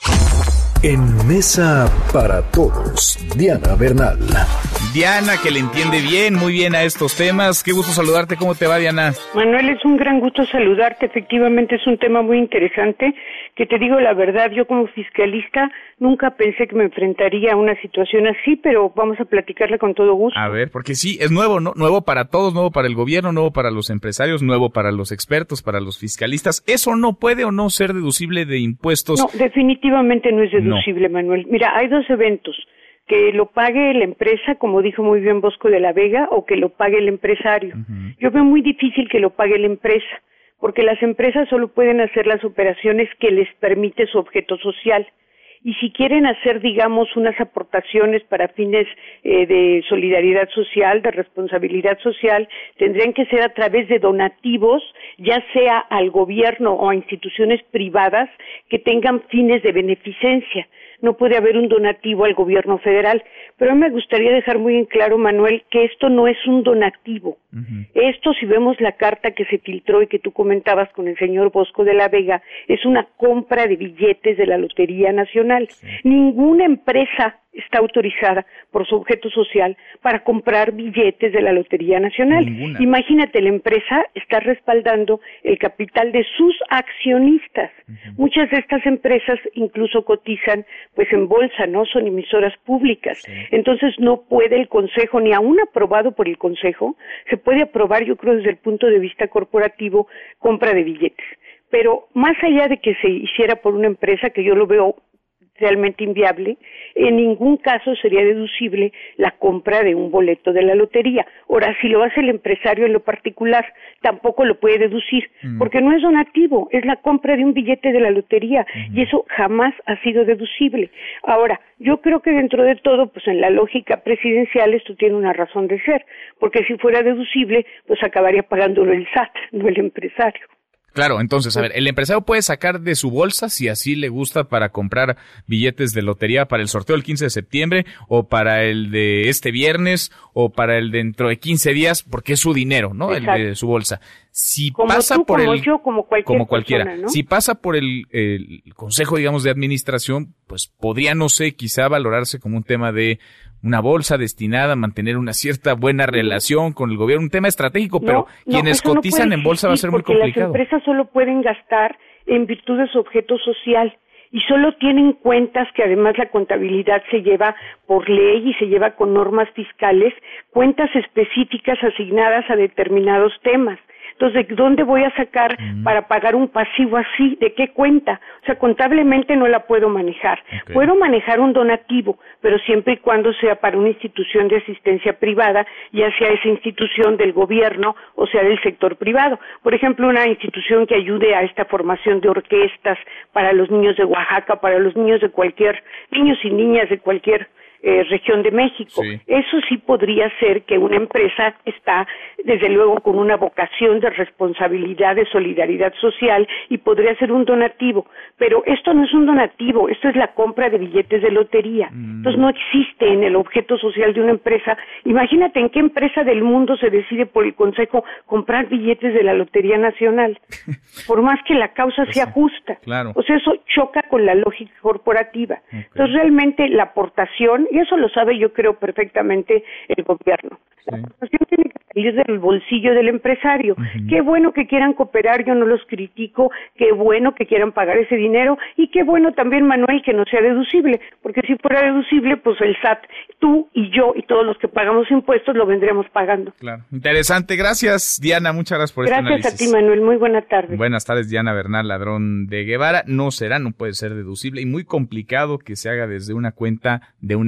En Mesa para Todos, Diana Bernal. Diana, que le entiende muy bien a estos temas. Qué gusto saludarte. ¿Cómo te va, Diana? Manuel, es un gran gusto saludarte. Efectivamente, es un tema muy interesante, que te digo la verdad, yo como fiscalista nunca pensé que me enfrentaría a una situación así, pero vamos a platicarle con todo gusto. A ver, porque sí, es nuevo, ¿no? Nuevo para todos, nuevo para el gobierno, nuevo para los empresarios, nuevo para los expertos, para los fiscalistas. ¿Eso no puede o no ser deducible de impuestos? No, definitivamente no es deducible, Manuel. Mira, hay dos eventos: que lo pague la empresa, como dijo muy bien Bosco de la Vega, o que lo pague el empresario. Yo veo muy difícil que lo pague la empresa, porque las empresas solo pueden hacer las operaciones que les permite su objeto social. Y si quieren hacer, digamos, unas aportaciones para fines de solidaridad social, de responsabilidad social, tendrían que ser a través de donativos, ya sea al gobierno o a instituciones privadas que tengan fines de beneficencia. No puede haber un donativo al gobierno federal. Pero a mí me gustaría dejar muy en claro, Manuel, que esto no es un donativo. Esto, si vemos la carta que se filtró y que tú comentabas con el señor Bosco de la Vega, es una compra de billetes de la Lotería Nacional. Ninguna empresa está autorizada por su objeto social para comprar billetes de la Lotería Nacional. Ninguna. Imagínate, la empresa está respaldando el capital de sus accionistas. Muchas de estas empresas incluso cotizan pues en bolsa, ¿no? Son emisoras públicas. Entonces no puede el Consejo, ni aún aprobado por el Consejo, se puede aprobar, yo creo, desde el punto de vista corporativo, compra de billetes. Pero más allá de que se hiciera por una empresa, que yo lo veo realmente inviable, en ningún caso sería deducible la compra de un boleto de la lotería. Ahora, si lo hace el empresario en lo particular, tampoco lo puede deducir, porque no es donativo, es la compra de un billete de la lotería, y eso jamás ha sido deducible. Ahora, yo creo que dentro de todo, pues en la lógica presidencial esto tiene una razón de ser, porque si fuera deducible, pues acabaría pagándolo el SAT, no el empresario. Claro, entonces, a ver, el empresario puede sacar de su bolsa, si así le gusta, para comprar billetes de lotería para el sorteo del 15 de septiembre, o para el de este viernes, o para el dentro de 15 días, porque es su dinero, ¿no? Exacto. El de su bolsa. Si como pasa tú, por como el, yo, como cualquiera, persona, ¿no? Si pasa por el consejo, digamos, de administración, pues podría, no sé, quizá valorarse como un tema de una bolsa destinada a mantener una cierta buena relación con el gobierno, un tema estratégico, pero quienes cotizan en bolsa va a ser muy complicado. Las empresas solo pueden gastar en virtud de su objeto social y solo tienen cuentas que además la contabilidad se lleva por ley y se lleva con normas fiscales, cuentas específicas asignadas a determinados temas. Entonces, ¿de dónde voy a sacar para pagar un pasivo así? ¿De qué cuenta? O sea, contablemente no la puedo manejar. Okay. Puedo manejar un donativo, pero siempre y cuando sea para una institución de asistencia privada, ya sea esa institución del gobierno o sea del sector privado. Por ejemplo, una institución que ayude a esta formación de orquestas para los niños de Oaxaca, para los niños de niños y niñas de cualquier región de México. Sí. Eso sí podría ser que una empresa está, desde luego, con una vocación de responsabilidad, de solidaridad social, y podría ser un donativo. Pero esto no es un donativo, esto es la compra de billetes de lotería. Entonces no existe en el objeto social de una empresa. Imagínate en qué empresa del mundo se decide por el Consejo comprar billetes de la Lotería Nacional, por más que la causa sea justa. Claro. O sea, eso choca con la lógica corporativa. Okay. Entonces realmente la aportación, y eso lo sabe, yo creo, perfectamente el gobierno. La aportación tiene que salir del bolsillo del empresario. Qué bueno que quieran cooperar, yo no los critico, qué bueno que quieran pagar ese dinero, y qué bueno también, Manuel, que no sea deducible, porque si fuera deducible, pues el SAT, tú y yo y todos los que pagamos impuestos lo vendríamos pagando. Claro. Interesante. Gracias, Diana. Muchas gracias por este análisis. Gracias a ti, Manuel. Muy buena tarde. Buenas tardes, Diana Bernal Ladrón de Guevara. No puede ser deducible y muy complicado que se haga desde una cuenta de una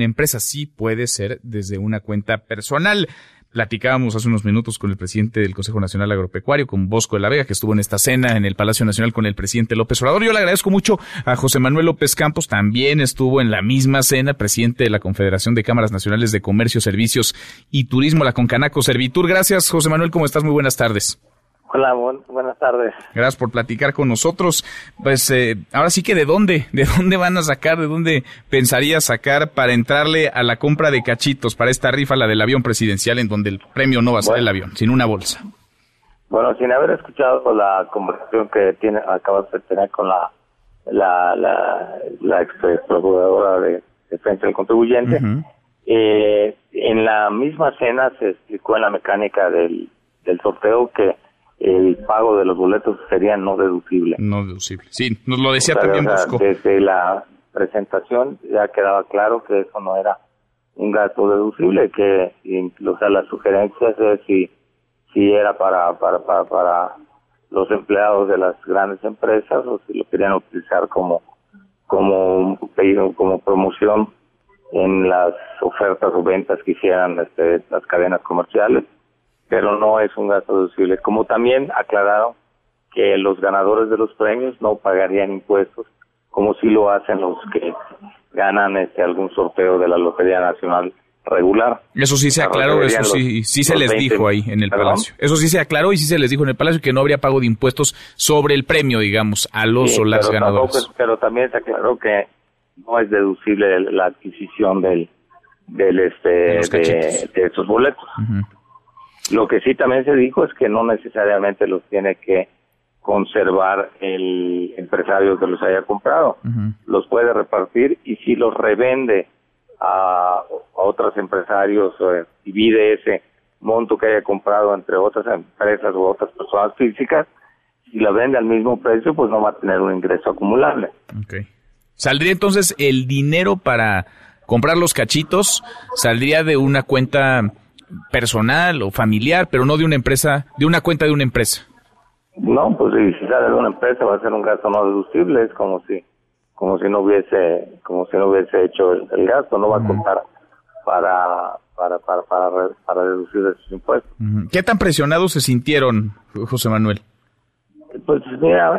empresa, sí puede ser desde una cuenta personal. Platicábamos hace unos minutos con el presidente del Consejo Nacional Agropecuario, con Bosco de la Vega, que estuvo en esta cena en el Palacio Nacional con el presidente López Obrador. Yo le agradezco mucho a José Manuel López Campos, también estuvo en la misma cena, presidente de la Confederación de Cámaras Nacionales de Comercio, Servicios y Turismo, la Concanaco Servitur. Gracias, José Manuel, ¿cómo estás? Muy buenas tardes. Hola, buenas tardes. Gracias por platicar con nosotros. Pues ahora sí que ¿de dónde van a sacar, de dónde pensaría sacar para entrarle a la compra de cachitos para esta rifa, la del avión presidencial, en donde el premio no va a ser el avión, sino una bolsa? Bueno, sin haber escuchado la conversación que acabas de tener con la ex procuradora de defensa del contribuyente, en la misma cena se explicó en la mecánica del sorteo que el pago de los boletos sería no deducible. No deducible, sí, nos lo decía también Bosco. Desde la presentación ya quedaba claro que eso no era un gasto deducible, que las sugerencias es si era para los empleados de las grandes empresas o si lo querían utilizar como promoción en las ofertas o ventas que hicieran las cadenas comerciales, pero no es un gasto deducible. Como también aclararon que los ganadores de los premios no pagarían impuestos, como si lo hacen los que ganan algún sorteo de la Lotería Nacional regular. Eso sí se aclaró, eso sí se les dijo ahí en el Palacio. Eso sí se aclaró y sí se les dijo en el Palacio que no habría pago de impuestos sobre el premio, digamos, a los o las ganadoras. Pero también se aclaró que no es deducible la adquisición de estos boletos. Lo que sí también se dijo es que no necesariamente los tiene que conservar el empresario que los haya comprado. Los puede repartir y si los revende a otros empresarios, divide ese monto que haya comprado entre otras empresas u otras personas físicas, si la vende al mismo precio, pues no va a tener un ingreso acumulable. Okay. ¿Saldría entonces el dinero para comprar los cachitos? ¿Saldría de una cuenta personal o familiar, pero no de una empresa, de una cuenta de una empresa? No, pues si sale de una empresa va a ser un gasto no deducible, es como si no hubiese hecho el gasto, no va a contar para deducir esos impuestos. ¿Qué tan presionados se sintieron, José Manuel? Pues mira,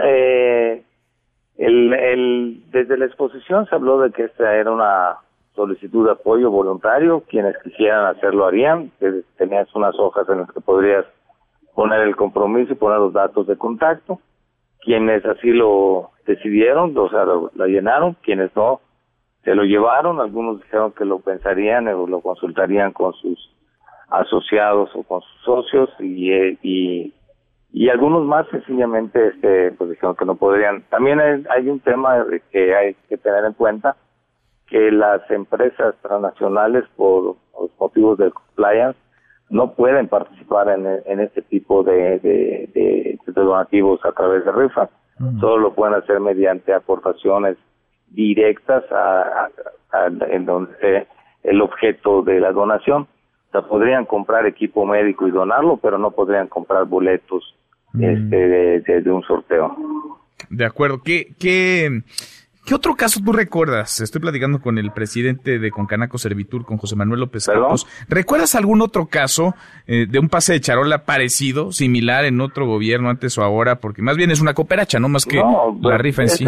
desde la exposición se habló de que esta era una solicitud de apoyo voluntario, quienes quisieran hacerlo harían, tenías unas hojas en las que podrías poner el compromiso y poner los datos de contacto, quienes así lo decidieron, o sea, lo llenaron, quienes no, se lo llevaron, algunos dijeron que lo pensarían o lo consultarían con sus asociados o con sus socios y algunos más sencillamente pues dijeron que no podrían. También hay un tema que hay que tener en cuenta, que las empresas transnacionales por los motivos de compliance no pueden participar en este tipo de donativos a través de rifas. Solo lo pueden hacer mediante aportaciones directas en donde el objeto de la donación. O sea, podrían comprar equipo médico y donarlo, pero no podrían comprar boletos de un sorteo. De acuerdo. ¿Qué otro caso tú recuerdas? Estoy platicando con el presidente de Concanaco Servitur, con José Manuel López Campos. ¿Recuerdas algún otro caso de un pase de charola parecido, similar en otro gobierno, antes o ahora? Porque más bien es una cooperacha, no más que la rifa en sí.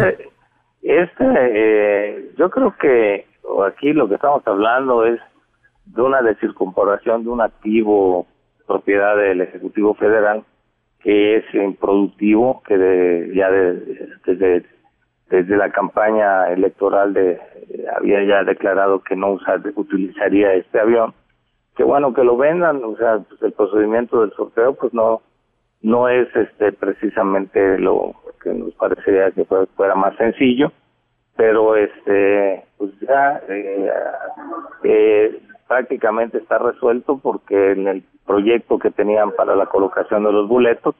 Yo creo que aquí lo que estamos hablando es de una descircunvalación de un activo propiedad del Ejecutivo Federal que es improductivo, que desde la campaña electoral había ya declarado que no utilizaría este avión. Que bueno que lo vendan, o sea, pues el procedimiento del sorteo pues no es precisamente lo que nos parecería que fuera más sencillo, pero pues ya prácticamente está resuelto, porque en el proyecto que tenían para la colocación de los boletos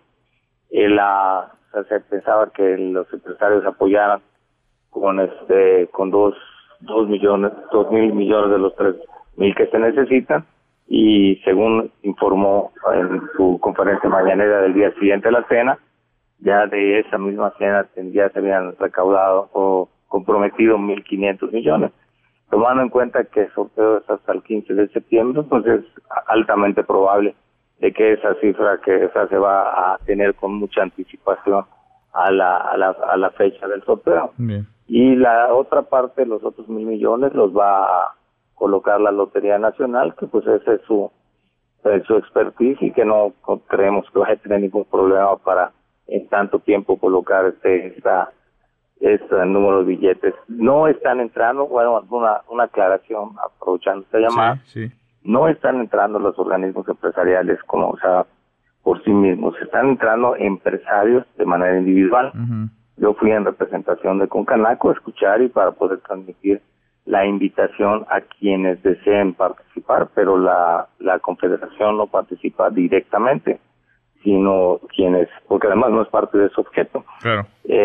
se pensaba que los empresarios apoyaran con 2.000 millones de los 3.000 que se necesitan, y según informó en su conferencia mañanera del día siguiente a la cena, ya de esa misma cena ya se habían recaudado o comprometido 1.500 millones. tomando en cuenta que el sorteo es hasta el 15 de septiembre, pues es altamente probable de que esa cifra se va a tener con mucha anticipación a la fecha del sorteo. Bien. Y la otra parte, los otros 1,000 millones, los va a colocar la Lotería Nacional, que pues ese es su expertise y que no creemos que vaya a tener ningún problema para en tanto tiempo colocar este número de billetes. No están entrando, bueno, una aclaración aprovechando esta llamada, sí. No están entrando los organismos empresariales como, o sea, por sí mismos, están entrando empresarios de manera individual. Uh-huh. Yo fui en representación de Concanaco a escuchar y para poder transmitir la invitación a quienes deseen participar, pero la Confederación no participa directamente, sino quienes, porque además no es parte de ese objeto, claro.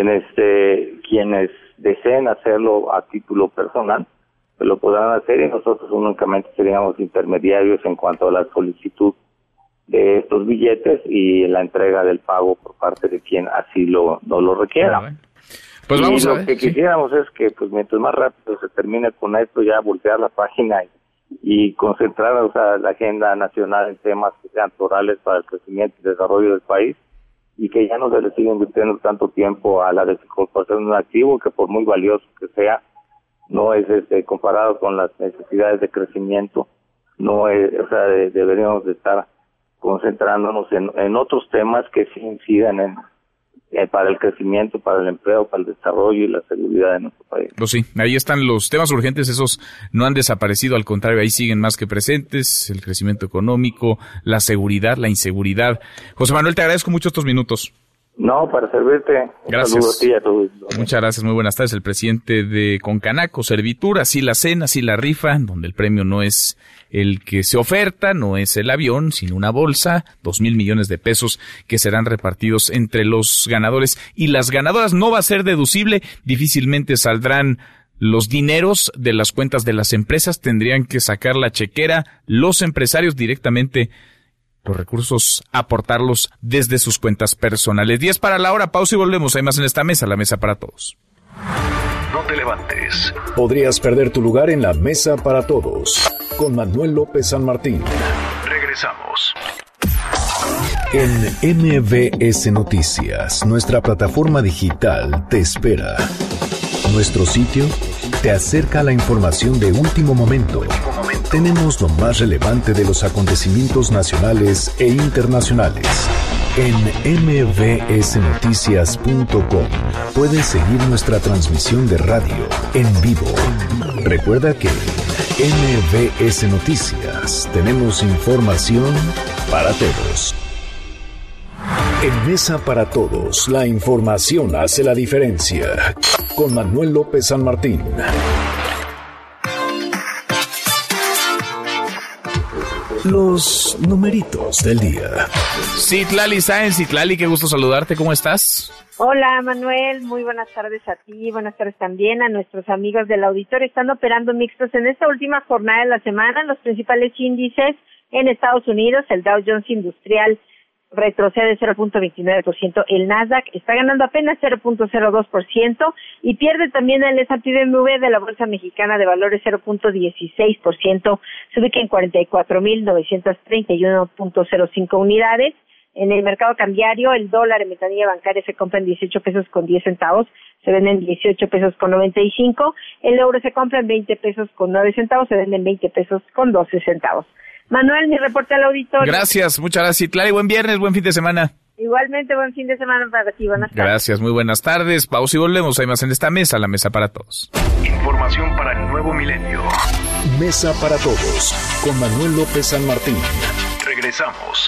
Quienes deseen hacerlo a título personal, pues lo podrán hacer y nosotros únicamente seríamos intermediarios en cuanto a la solicitud de estos billetes y la entrega del pago por parte de quien así no lo requiera. Bueno. Pues vamos a ver. Lo que quisiéramos es que pues mientras más rápido se termine con esto, ya voltear la página y concentrar, o sea, la agenda nacional en temas que sean torales para el crecimiento y desarrollo del país y que ya no se le siga invirtiendo tanto tiempo a la desincorporación de un activo que por muy valioso que sea, no es comparado con las necesidades de crecimiento, no es, o sea, deberíamos de estar concentrándonos en otros temas que sí incidan para el crecimiento, para el empleo, para el desarrollo y la seguridad de nuestro país. Pues sí, ahí están los temas urgentes, esos no han desaparecido, al contrario, ahí siguen más que presentes, el crecimiento económico, la seguridad, la inseguridad. José Manuel, te agradezco mucho estos minutos. No, para servirte. Gracias. Un saludo a ti y a todos. Muchas gracias, muy buenas tardes. El presidente de Concanaco, Servitur, así la cena, así la rifa, donde el premio no es el que se oferta, no es el avión, sino una bolsa, 2,000 millones de pesos que serán repartidos entre los ganadores y las ganadoras. No va a ser deducible, difícilmente saldrán los dineros de las cuentas de las empresas, tendrían que sacar la chequera los empresarios directamente, los recursos aportarlos desde sus cuentas personales. 10 para la hora, pausa y volvemos. Hay más en esta mesa, la mesa para todos. No te levantes. Podrías perder tu lugar en la mesa para todos. Con Manuel López San Martín. Regresamos. En MBS Noticias, nuestra plataforma digital te espera. Nuestro sitio te acerca a la información de último momento. Tenemos lo más relevante de los acontecimientos nacionales e internacionales. En mbsnoticias.com puedes seguir nuestra transmisión de radio en vivo. Recuerda que MBS Noticias tenemos información para todos. En Mesa para Todos, la información hace la diferencia. Con Manuel López San Martín. Los numeritos del día. Citlali Sáenz, Citlali, qué gusto saludarte, ¿cómo estás? Hola Manuel, muy buenas tardes a ti, buenas tardes también a nuestros amigos del auditorio. Están operando mixtos en esta última jornada de la semana. Los principales índices en Estados Unidos, el Dow Jones Industrial retrocede 0.29%, el Nasdaq está ganando apenas 0.02% y pierde también el S&P de la Bolsa Mexicana de Valores 0.16%, se ubica en 44,931.05 unidades. En el mercado cambiario, el dólar en ventanilla bancaria se compra en 18 pesos con 10 centavos, se vende en 18 pesos con 95, el euro se compra en 20 pesos con 9 centavos, se vende en 20 pesos con 12 centavos. Manuel, mi reporte al auditorio. Gracias, muchas gracias, Citlali. Buen viernes, buen fin de semana. Igualmente, buen fin de semana para ti. Buenas tardes. Gracias, muy buenas tardes. Pausa y volvemos. Hay más en esta mesa, la mesa para todos. Información para el nuevo milenio. Mesa para todos, con Manuel López San Martín. Regresamos.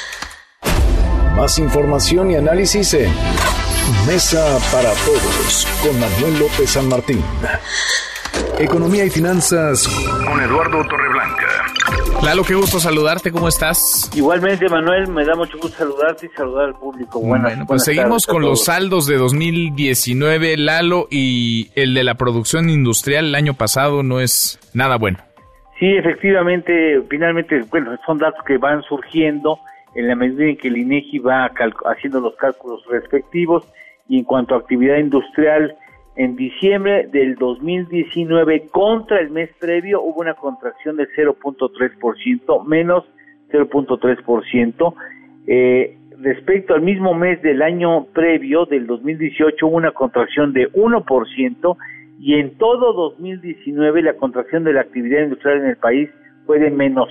Más información y análisis en Mesa para Todos, con Manuel López San Martín. Economía y finanzas con Eduardo Torreblanca. Lalo, qué gusto saludarte, ¿cómo estás? Igualmente, Manuel, me da mucho gusto saludarte y saludar al público. Bueno, pues seguimos con los saldos de 2019, Lalo, y el de la producción industrial el año pasado no es nada bueno. Sí, efectivamente, finalmente, bueno, son datos que van surgiendo en la medida en que el INEGI va haciendo los cálculos respectivos, y en cuanto a actividad industrial, en diciembre del 2019 contra el mes previo hubo una contracción de 0.3%, menos 0.3%. Respecto al mismo mes del año previo, del 2018, hubo una contracción de 1%, y en todo 2019 la contracción de la actividad industrial en el país fue de menos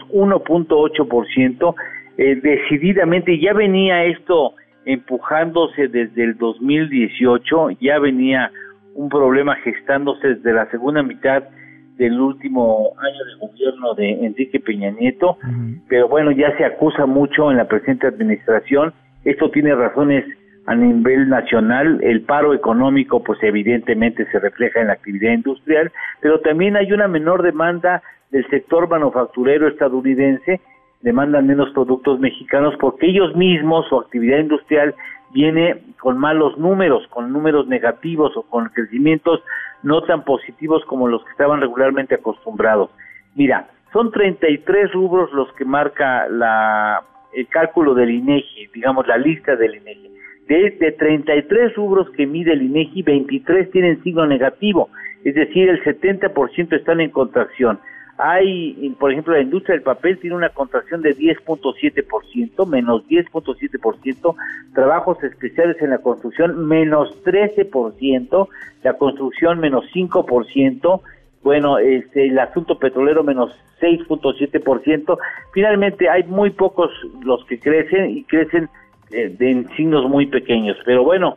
1.8%. Decididamente ya venía esto empujándose desde el 2018, ya venía un problema gestándose desde la segunda mitad del último año de gobierno de Enrique Peña Nieto, pero bueno, ya se acusa mucho en la presente administración. Esto tiene razones a nivel nacional. El paro económico pues evidentemente se refleja en la actividad industrial, pero también hay una menor demanda del sector manufacturero estadounidense, demandan menos productos mexicanos porque ellos mismos, su actividad industrial viene con malos números, con números negativos o con crecimientos no tan positivos como los que estaban regularmente acostumbrados. Mira, son 33 rubros los que marca el cálculo del INEGI, digamos la lista del INEGI. De 33 rubros que mide el INEGI, 23 tienen signo negativo, es decir, el 70% están en contracción. Hay, por ejemplo, la industria del papel tiene una contracción de 10.7%, menos 10.7%, trabajos especiales en la construcción, menos 13%, la construcción menos 5%, bueno, el asunto petrolero menos 6.7%, finalmente hay muy pocos los que crecen y crecen en signos muy pequeños, pero bueno,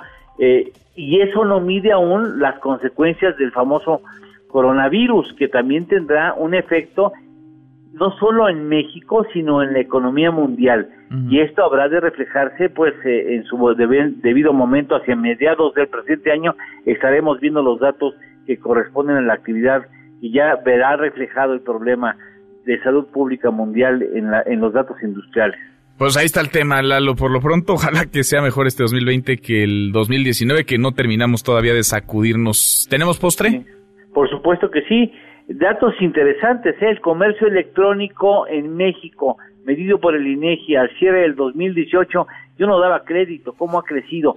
y eso no mide aún las consecuencias del famoso coronavirus, que también tendrá un efecto no solo en México, sino en la economía mundial. Y esto habrá de reflejarse pues en su debido momento. Hacia mediados del presente año estaremos viendo los datos que corresponden a la actividad y ya verá reflejado el problema de salud pública mundial en los datos industriales. Pues ahí está el tema, Lalo. Por lo pronto, ojalá que sea mejor este 2020 que el 2019, que no terminamos todavía de sacudirnos. ¿Tenemos postre? Sí. Por supuesto que sí. Datos interesantes, el comercio electrónico en México, medido por el INEGI al cierre del 2018, yo no daba crédito, ¿cómo ha crecido?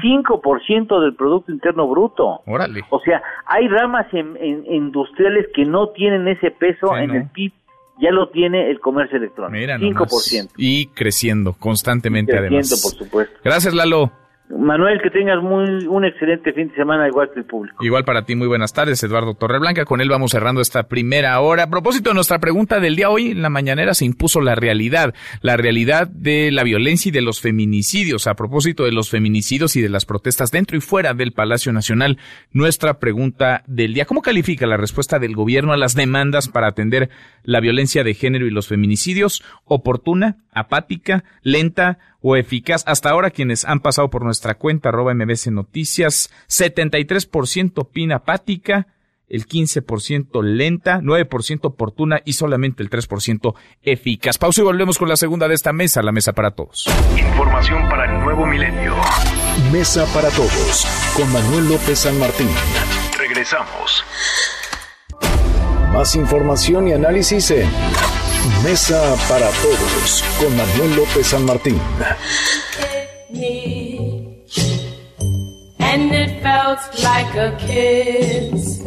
5% del Producto Interno Bruto. Órale. O sea, hay ramas industriales que no tienen ese peso en el PIB, ya lo tiene el comercio electrónico. Mira 5%. Nomás. Y creciendo constantemente, además. Por supuesto. Gracias, Lalo. Manuel, que tengas un excelente fin de semana, igual que el público. Igual para ti, muy buenas tardes, Eduardo Torreblanca. Con él vamos cerrando esta primera hora. A propósito de nuestra pregunta del día, hoy en la mañanera se impuso la realidad de la violencia y de los feminicidios. A propósito de los feminicidios y de las protestas dentro y fuera del Palacio Nacional, nuestra pregunta del día: ¿cómo califica la respuesta del gobierno a las demandas para atender la violencia de género y los feminicidios? ¿Oportuna, apática, lenta o eficaz? Hasta ahora, quienes han pasado por nuestra cuenta @MBS Noticias, 73% opina apática, el 15% lenta, 9% oportuna y solamente el 3% eficaz. Pausa y volvemos con la segunda de esta mesa, la mesa para todos. Información para el nuevo milenio. Mesa para todos, con Manuel López San Martín. Regresamos. Más información y análisis en Mesa para Todos, con Manuel López San Martín. And it felt like a kiss.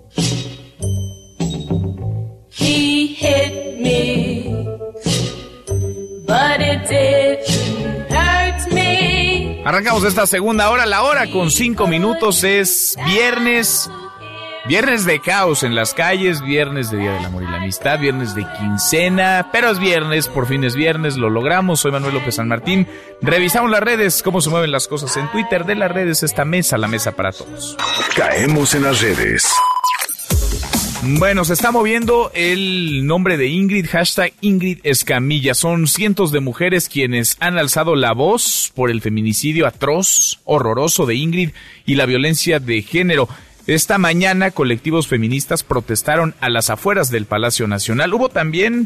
He hit me, but it didn't hurt me. Arrancamos esta segunda hora. La hora con 5 minutos es viernes. Viernes de caos en las calles, viernes de Día del Amor y la Amistad, viernes de quincena, pero es viernes, por fin es viernes, lo logramos. Soy Manuel López San Martín. Revisamos las redes, cómo se mueven las cosas en Twitter. De las redes, esta mesa, la mesa para todos. Caemos en las redes. Bueno, se está moviendo el nombre de Ingrid, hashtag Ingrid Escamilla. Son cientos de mujeres quienes han alzado la voz por el feminicidio atroz, horroroso de Ingrid y la violencia de género. Esta mañana, colectivos feministas protestaron a las afueras del Palacio Nacional. Hubo también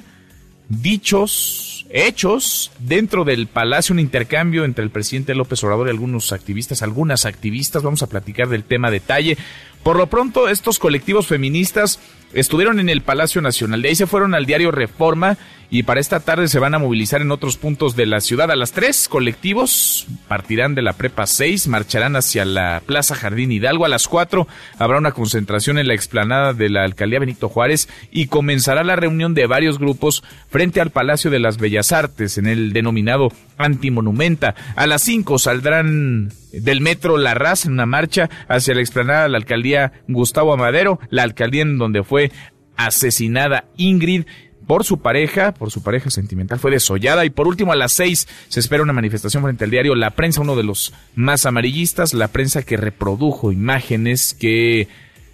hechos dentro del Palacio, un intercambio entre el presidente López Obrador y algunas activistas. Vamos a platicar del tema a detalle. Por lo pronto, estos colectivos feministas estuvieron en el Palacio Nacional, de ahí se fueron al diario Reforma y para esta tarde se van a movilizar en otros puntos de la ciudad. A las 3, colectivos partirán de la Prepa 6, marcharán hacia la Plaza Jardín Hidalgo. A las 4 habrá una concentración en la explanada de la Alcaldía Benito Juárez y comenzará la reunión de varios grupos frente al Palacio de las Bellas Artes en el denominado Antimonumenta. A las 5 saldrán del Metro La Raza en una marcha hacia la explanada de la Alcaldía Gustavo Amadero, la alcaldía en donde fue asesinada Ingrid por su pareja sentimental, fue desollada. Y por último, a las 6 se espera una manifestación frente al diario La Prensa, uno de los más amarillistas, La Prensa, que reprodujo imágenes que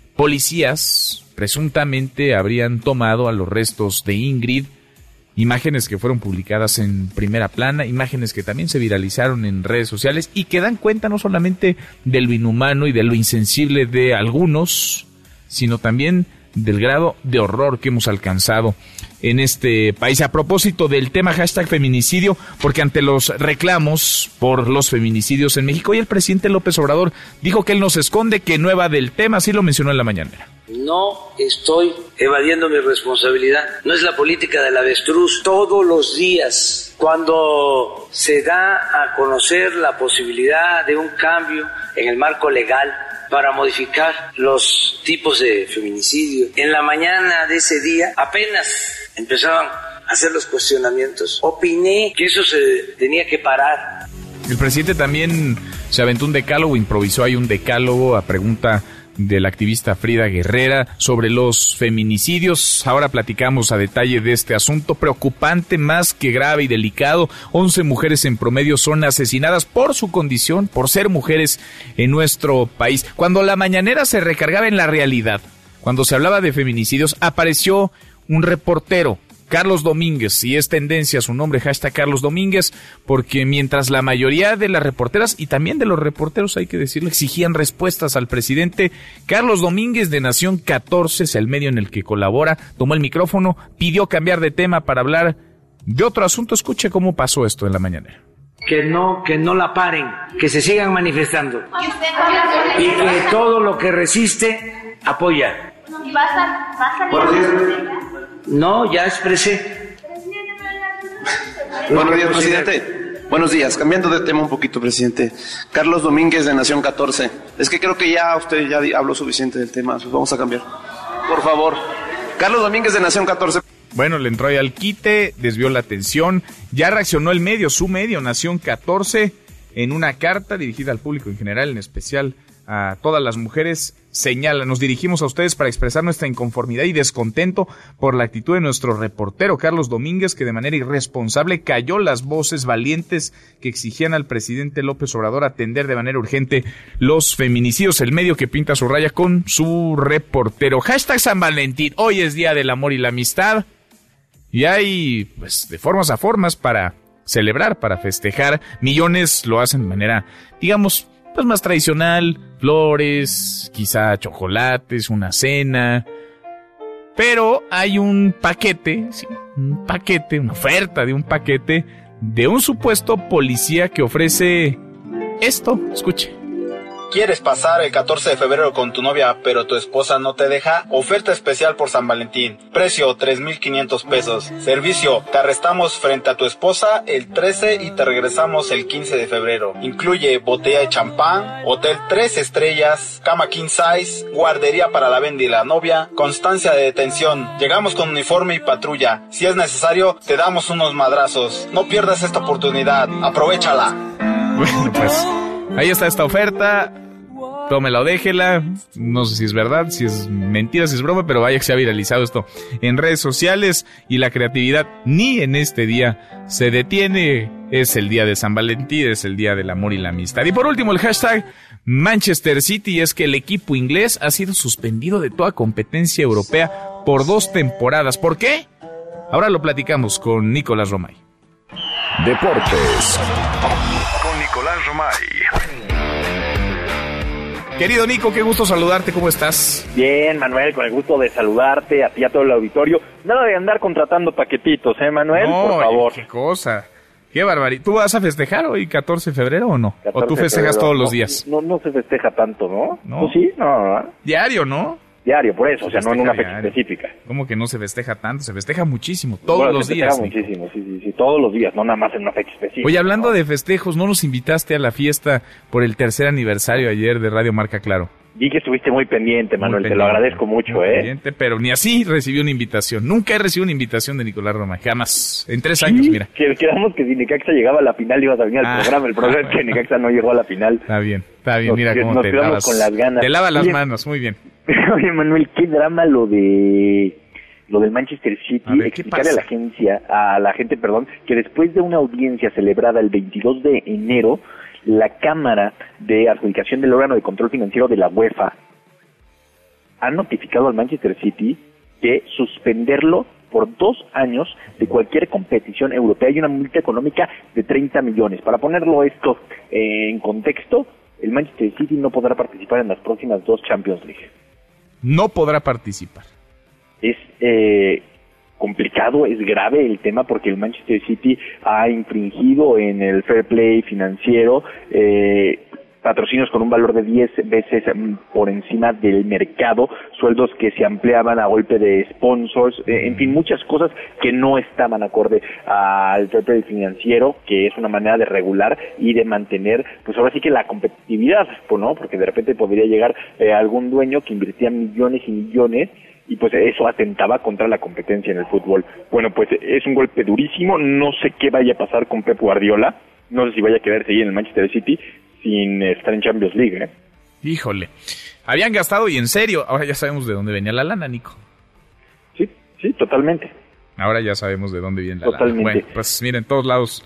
policías presuntamente habrían tomado a los restos de Ingrid, imágenes que fueron publicadas en primera plana, imágenes que también se viralizaron en redes sociales y que dan cuenta no solamente de lo inhumano y de lo insensible de algunos, sino también del grado de horror que hemos alcanzado en este país. A propósito del tema #feminicidio, porque ante los reclamos por los feminicidios en México, hoy el presidente López Obrador dijo que él no se esconde, que no evade el tema, así lo mencionó en la mañanera. No estoy evadiendo mi responsabilidad, no es la política del avestruz. Todos los días, cuando se da a conocer la posibilidad de un cambio en el marco legal para modificar los tipos de feminicidio, en la mañana de ese día apenas empezaban a hacer los cuestionamientos. Opiné que eso se tenía que parar. El presidente también se aventó un decálogo, improvisó ahí un decálogo a pregunta de la activista Frida Guerrera sobre los feminicidios. Ahora platicamos a detalle de este asunto preocupante, más que grave y delicado. 11 mujeres en promedio son asesinadas por su condición, por ser mujeres en nuestro país. Cuando la mañanera se recargaba en la realidad, cuando se hablaba de feminicidios, apareció un reportero, Carlos Domínguez, y es tendencia su nombre, #Carlos Domínguez, porque mientras la mayoría de las reporteras y también de los reporteros, hay que decirlo, exigían respuestas al presidente, Carlos Domínguez de Nación 14, es el medio en el que colabora, tomó el micrófono, pidió cambiar de tema para hablar de otro asunto. Escuche cómo pasó esto en la mañanera. Que no la paren, que se sigan manifestando y que todo lo que resiste apoya. ¿Y va a salir? No, ya expresé. Buenos días, presidente. Buenos días. Cambiando de tema un poquito, presidente. Carlos Domínguez, de Nación 14. Es que creo que ya usted ya habló suficiente del tema. Vamos a cambiar. Por favor. Carlos Domínguez, de Nación 14. Bueno, le entró ahí al quite, desvió la atención. Ya reaccionó el medio, su medio, Nación 14, en una carta dirigida al público en general, en especial a todas las mujeres. Señala, nos dirigimos a ustedes para expresar nuestra inconformidad y descontento por la actitud de nuestro reportero Carlos Domínguez, que de manera irresponsable calló las voces valientes que exigían al presidente López Obrador atender de manera urgente los feminicidios. El medio que pinta su raya con su reportero. #San Valentín. Hoy es Día del Amor y la Amistad. Y hay, pues, de formas a formas para celebrar, para festejar. Millones lo hacen de manera, digamos, pues más tradicional, flores, quizá chocolates, una cena. Pero hay un paquete, sí, una oferta de un paquete de un supuesto policía que ofrece esto. Escuche. ¿Quieres pasar el 14 de febrero con tu novia, pero tu esposa no te deja? Oferta especial por San Valentín. Precio, 3,500 pesos. Servicio, te arrestamos frente a tu esposa el 13 y te regresamos el 15 de febrero. Incluye botella de champán, hotel 3 estrellas, cama king size, guardería para la venda y la novia, constancia de detención. Llegamos con uniforme y patrulla. Si es necesario, te damos unos madrazos. No pierdas esta oportunidad. Aprovéchala. Bueno, pues ahí está esta oferta. Tómela o déjela, no sé si es verdad, si es mentira, si es broma, pero vaya que se ha viralizado esto en redes sociales y la creatividad ni en este día se detiene. Es el día de San Valentín, es el día del amor y la amistad. Y por último el #Manchester City, es que el equipo inglés ha sido suspendido de toda competencia europea por 2 temporadas. ¿Por qué? Ahora lo platicamos con Nicolás Romay. Deportes con Nicolás Romay. Querido Nico, qué gusto saludarte, ¿cómo estás? Bien, Manuel, con el gusto de saludarte, a ti y a todo el auditorio. Nada de andar contratando paquetitos, Manuel, no, por favor. Qué cosa, qué barbaridad. ¿Tú vas a festejar hoy 14 de febrero o no? ¿O tú festejas todos los días? No se festeja tanto, ¿no? ¿No? ¿Tú sí? No. Diario, ¿no? Diario, por eso, o sea, no en una fecha específica. ¿Cómo que no se festeja tanto? Se festeja muchísimo, todos los días. Se festeja muchísimo, sí, todos los días, no nada más en una fecha específica. Oye, hablando de festejos, ¿no nos invitaste a la fiesta por el 3er aniversario ayer de Radio Marca Claro? Vi que estuviste muy pendiente, Manuel, te lo agradezco mucho, Pendiente, pero ni así recibí una invitación. Nunca he recibido una invitación de Nicolás Romay, jamás. En 3 años, mira. Quedamos que si Necaxa llegaba a la final ibas a venir al programa. El problema es que Necaxa no llegó a la final. Está bien, mira cómo te lavas. Con las ganas. Te lavas las manos, muy bien. Oye, Manuel, qué drama lo del Manchester City. Explicarle a la gente, que después de una audiencia celebrada el 22 de enero, la Cámara de Adjudicación del órgano de control financiero de la UEFA ha notificado al Manchester City que suspenderlo por 2 años de cualquier competición europea y una multa económica de 30 millones. Para ponerlo esto en contexto, el Manchester City no podrá participar en las próximas 2 Champions League. No podrá participar. Es complicado, es grave el tema porque el Manchester City ha infringido en el fair play financiero patrocinios con un valor de 10 veces por encima del mercado, sueldos que se ampliaban a golpe de sponsors, en fin, muchas cosas que no estaban acorde al fair play financiero, que es una manera de regular y de mantener, pues ahora sí que la competitividad, ¿no? Porque de repente podría llegar algún dueño que invertía millones y millones y pues eso atentaba contra la competencia en el fútbol. Bueno, pues es un golpe durísimo, no sé qué vaya a pasar con Pep Guardiola, no sé si vaya a quedarse ahí en el Manchester City sin estar en Champions League, Híjole, habían gastado y en serio, ahora ya sabemos de dónde venía la lana, Nico. Sí, totalmente. Ahora ya sabemos de dónde viene la lana. Bueno, pues mira, en todos lados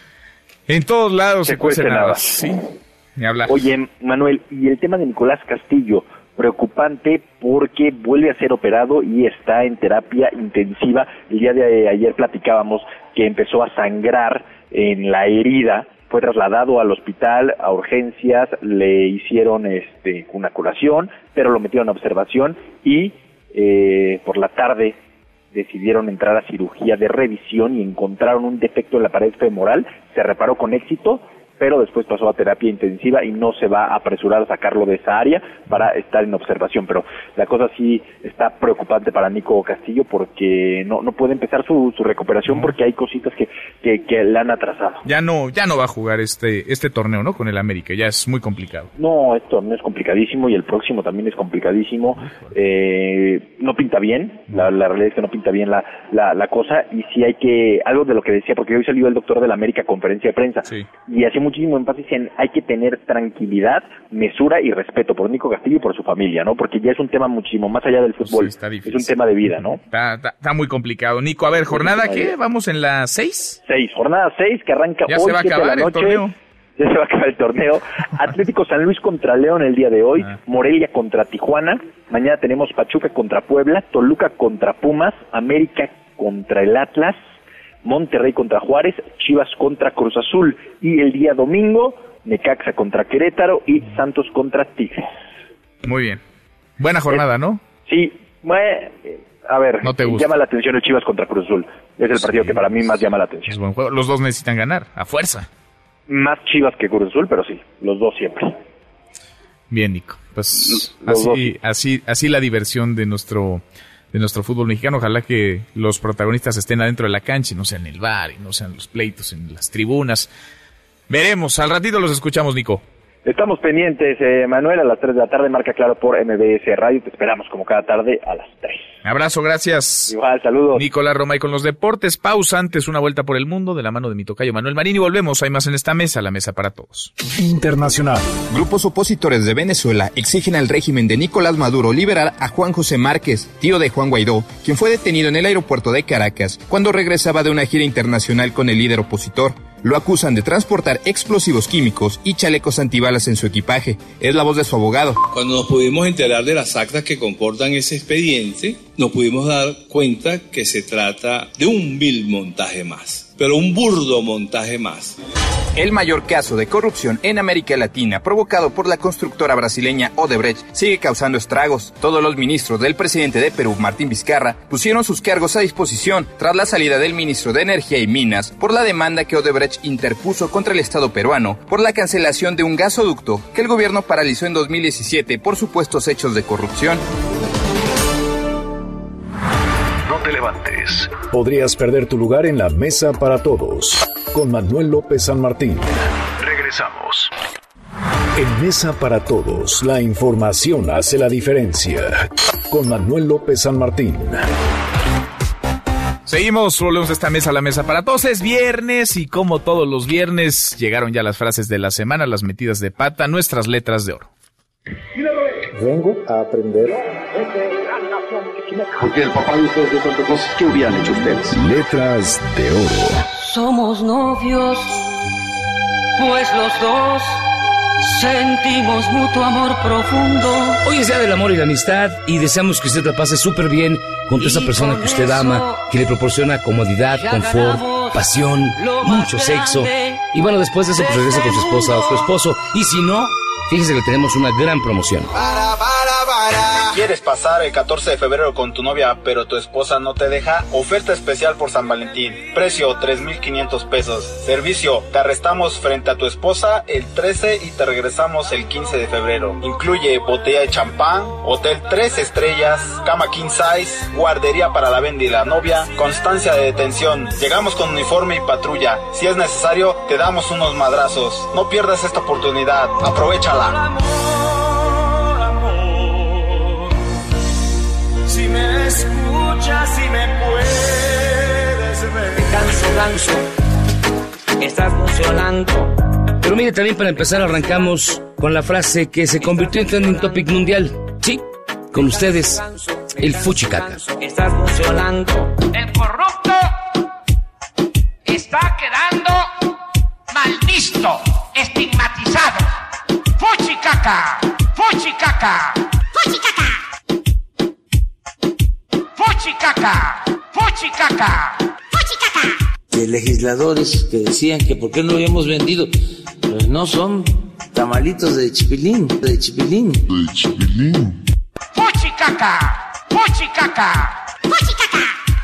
se cuece nada. Sí, ni hablar. Oye, Manuel, y el tema de Nicolás Castillo, preocupante porque vuelve a ser operado y está en terapia intensiva. El día de ayer platicábamos que empezó a sangrar en la herida, fue trasladado al hospital, a urgencias, le hicieron una curación, pero lo metieron a observación y por la tarde decidieron entrar a cirugía de revisión y encontraron un defecto en la pared femoral, se reparó con éxito, pero después pasó a terapia intensiva y no se va a apresurar a sacarlo de esa área para estar en observación. Pero la cosa sí está preocupante para Nico Castillo porque no puede empezar su recuperación porque hay cositas que le han atrasado. Ya no va a jugar este torneo, ¿no? Con el América, ya es muy complicado. No, este torneo es complicadísimo y el próximo también es complicadísimo. No pinta bien, la realidad es que no pinta bien la cosa y sí hay que, algo de lo que decía, porque hoy salió el doctor de la América conferencia de prensa y hacía muchísimo énfasis en hay que tener tranquilidad, mesura y respeto por Nico Castillo y por su familia, ¿no? Porque ya es un tema muchísimo más allá del fútbol, es un tema de vida, ¿no? Está muy complicado. Nico, a ver, ¿jornada qué? ¿Vamos en la 6? 6, jornada 6 que arranca ya hoy, se va a acabar el torneo. Ya se va a acabar el torneo. Atlético San Luis contra León el día de hoy, Morelia contra Tijuana, mañana tenemos Pachuca contra Puebla, Toluca contra Pumas, América contra el Atlas, Monterrey contra Juárez, Chivas contra Cruz Azul y el día domingo Necaxa contra Querétaro y Santos contra Tigres. Muy bien. Buena jornada, ¿no? Sí. A ver, ¿no te gusta? Llama la atención el Chivas contra Cruz Azul. Es el partido que para mí más llama la atención. Es buen juego. Los dos necesitan ganar, a fuerza. Más Chivas que Cruz Azul, pero sí, los dos siempre. Bien, Nico. Pues así la diversión de nuestro fútbol mexicano. Ojalá que los protagonistas estén adentro de la cancha y no sean en el bar y no sean los pleitos en las tribunas. Veremos, al ratito los escuchamos, Nico. Estamos pendientes, Manuel, a las 3 de la tarde, Marca Claro por MBS Radio. Te esperamos como cada tarde a las 3. Abrazo, gracias. Igual, saludos. Nicolás Romay con los deportes. Pausa antes, una vuelta por el mundo de la mano de mi tocayo Manuel Marín y volvemos. Hay más en esta mesa, la mesa para todos. Internacional. Grupos opositores de Venezuela exigen al régimen de Nicolás Maduro liberar a Juan José Márquez, tío de Juan Guaidó, quien fue detenido en el aeropuerto de Caracas cuando regresaba de una gira internacional con el líder opositor. Lo acusan de transportar explosivos químicos y chalecos antibalas en su equipaje. Es la voz de su abogado. Cuando nos pudimos enterar de las actas que comportan ese expediente, nos pudimos dar cuenta que se trata de un vil montaje más, pero un burdo montaje más. El mayor caso de corrupción en América Latina, provocado por la constructora brasileña Odebrecht, sigue causando estragos. Todos los ministros del presidente de Perú, Martín Vizcarra, pusieron sus cargos a disposición tras la salida del ministro de Energía y Minas por la demanda que Odebrecht interpuso contra el Estado peruano por la cancelación de un gasoducto que el gobierno paralizó en 2017 por supuestos hechos de corrupción. relevantes. Podrías perder tu lugar en la mesa para todos. Con Manuel López San Martín. Regresamos. En Mesa para Todos, la información hace la diferencia. Con Manuel López San Martín. Seguimos, volvemos a esta mesa, la mesa para todos. Es viernes y como todos los viernes, llegaron ya las frases de la semana, las metidas de pata, nuestras letras de oro. Vengo a aprender. Porque el papá de ustedes de Santa Cruz, ¿qué hubieran hecho ustedes? Letras de oro. Somos novios, pues los dos sentimos mutuo amor profundo. Hoy es Día del Amor y la Amistad y deseamos que usted la pase súper bien con esa persona que usted ama, que le proporciona comodidad, confort, pasión, mucho sexo. Y bueno, después de eso pues regrese con su esposa o su esposo. Y si no, fíjese que tenemos una gran promoción. ¿Quieres pasar el 14 de febrero con tu novia, pero tu esposa no te deja? Oferta especial por San Valentín. Precio, 3,500 pesos. Servicio, te arrestamos frente a tu esposa el 13 y te regresamos el 15 de febrero. Incluye botella de champán, hotel 3 estrellas, cama king size, guardería para la venda y la novia, constancia de detención. Llegamos con uniforme y patrulla. Si es necesario, te damos unos madrazos. No pierdas esta oportunidad. Aprovechala. Si me escuchas y me puedes ver. Ganso, estás funcionando. Pero mire, también para empezar arrancamos con la frase que se convirtió en trending topic mundial. Sí, con ustedes, el fuchicaca. Estás funcionando. El corrupto está quedando mal visto, estigmatizado. Fuchicaca, fuchicaca, fuchicaca. Fuchicaca, fuchicaca, fuchicaca. De legisladores que decían que por qué no habíamos vendido, pues no son tamalitos de chipilín, de chipilín. De chipilín. Fuchicaca, fuchicaca, fuchicaca.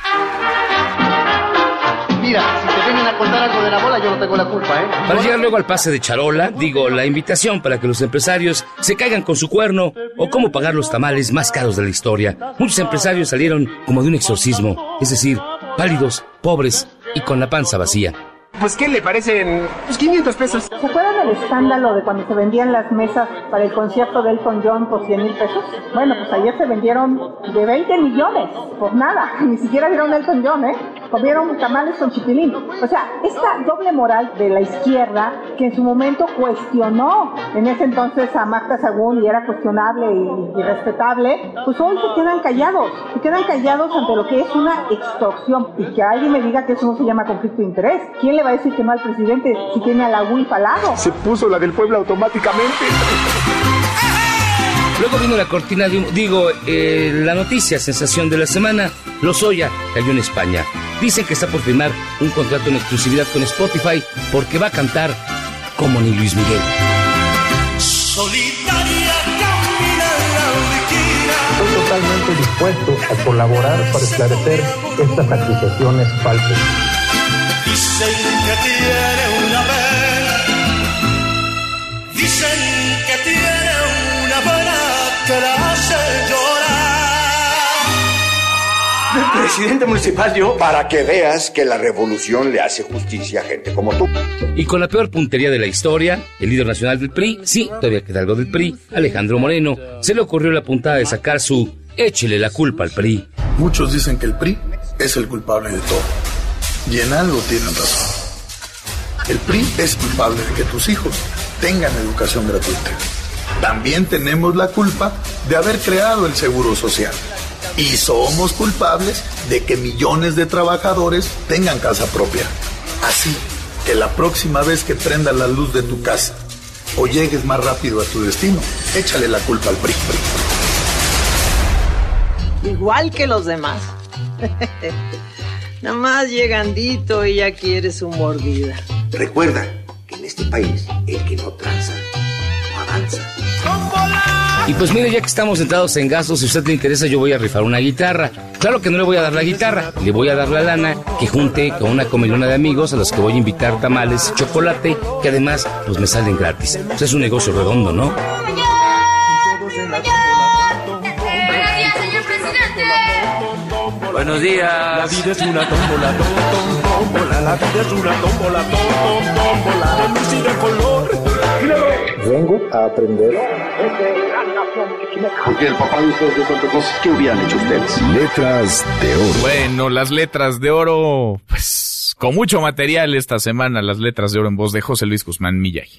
Mira, si te vienen a contar algo de la bola, yo no tengo la culpa, ¿eh? Para llegar luego al pase de charola, digo, la invitación para que los empresarios se caigan con su cuerno o cómo pagar los tamales más caros de la historia. Muchos empresarios salieron como de un exorcismo, es decir, pálidos, pobres y con la panza vacía. Pues, ¿qué le parecen? Pues 500 pesos. ¿Se acuerdan del escándalo de cuando se vendían las mesas para el concierto de Elton John por 100,000 pesos? Bueno, pues ayer se vendieron de 20 millones, por nada. Ni siquiera vieron Elton John, ¿eh? Comieron tamales con chipilín. O sea, esta doble moral de la izquierda que en su momento cuestionó en ese entonces a Magda Sagún y era cuestionable y respetable, pues hoy se quedan callados ante lo que es una extorsión. Y que alguien me diga que eso no se llama conflicto de interés. ¿Quién le va a decir que no al presidente si tiene a la UIF al lado? Se puso la del pueblo automáticamente. Luego vino la cortina de la noticia, sensación de la semana. Lozoya cayó en España. Dicen que está por firmar un contrato en exclusividad con Spotify porque va a cantar como ni Luis Miguel. Solitaria camina la Estoy totalmente dispuesto a colaborar para esclarecer estas acusaciones falsas. Dicen que tiene una pena, dicen que tiene una pena que la hace llorar. El presidente municipal yo, para que veas que la revolución le hace justicia a gente como tú. Y con la peor puntería de la historia, el líder nacional del PRI, sí, todavía queda algo del PRI, Alejandro Moreno, se le ocurrió la puntada de sacar su échele la culpa al PRI. Muchos dicen que el PRI es el culpable de todo. Y en algo tienen razón. El PRI es culpable de que tus hijos tengan educación gratuita. También tenemos la culpa de haber creado el Seguro Social. Y somos culpables de que millones de trabajadores tengan casa propia. Así que la próxima vez que prendas la luz de tu casa o llegues más rápido a tu destino, échale la culpa al PRI. Igual que los demás. Nada más llegandito y ya quieres su mordida. Recuerda que en este país el que no tranza no avanza. Y pues mire, ya que estamos sentados en gastos, si a usted le interesa, yo voy a rifar una guitarra. Claro que no le voy a dar la guitarra, le voy a dar la lana que junte con una comilona de amigos a los que voy a invitar tamales y chocolate, que además pues me salen gratis. Pues es un negocio redondo, ¿no? Buenos días, señor presidente. Buenos días. La vida es una tómbola, tómbola. La vida es una tómbola, tómbola. De luz y de color. Vengo a aprender. Porque el papá de ustedes de Santa Cruz, ¿qué hubieran hecho ustedes? Letras de oro. Bueno, las letras de oro, pues con mucho material esta semana, las letras de oro en voz de José Luis Guzmán Miyagi.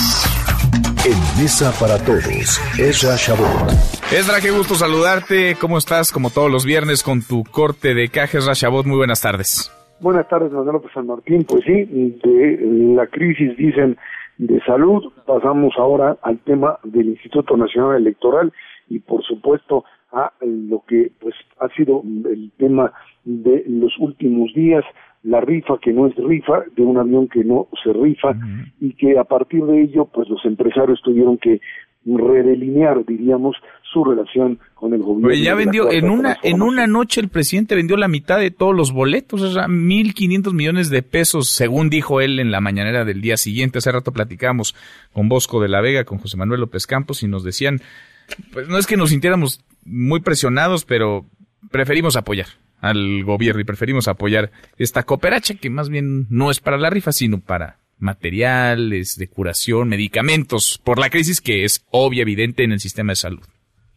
En Mesa para Todos, Ezra Shabot. Ezra, qué gusto saludarte. ¿Cómo estás? Como todos los viernes con tu corte de caja. Ezra Shabot, muy buenas tardes. Buenas tardes, Manuel López San Martín. Pues sí, de la crisis, dicen, de salud, pasamos ahora al tema del Instituto Nacional Electoral y, por supuesto, a lo que pues ha sido el tema de los últimos días, la rifa que no es rifa, de un avión que no se rifa, y que a partir de ello, pues los empresarios tuvieron que redelinear, diríamos, su relación con el gobierno. Oye, ya vendió, en una noche el presidente vendió la mitad de todos los boletos, o sea, 1,500 millones de pesos, según dijo él en la mañanera del día siguiente. Hace rato platicábamos con Bosco de la Vega, con José Manuel López Campos, y nos decían, pues no es que nos sintiéramos muy presionados, pero preferimos apoyar al gobierno y preferimos apoyar esta cooperacha, que más bien no es para la rifa, sino para materiales de curación, medicamentos, por la crisis que es obvia, evidente en el sistema de salud.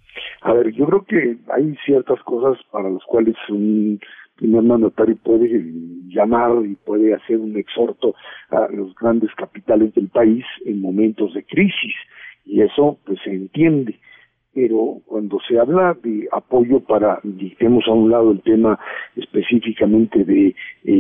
A ver, yo creo que hay ciertas cosas para las cuales un primer mandatario puede llamar y puede hacer un exhorto a los grandes capitales del país en momentos de crisis, y eso pues se entiende. Pero cuando se habla de apoyo para, dejemos a un lado el tema específicamente de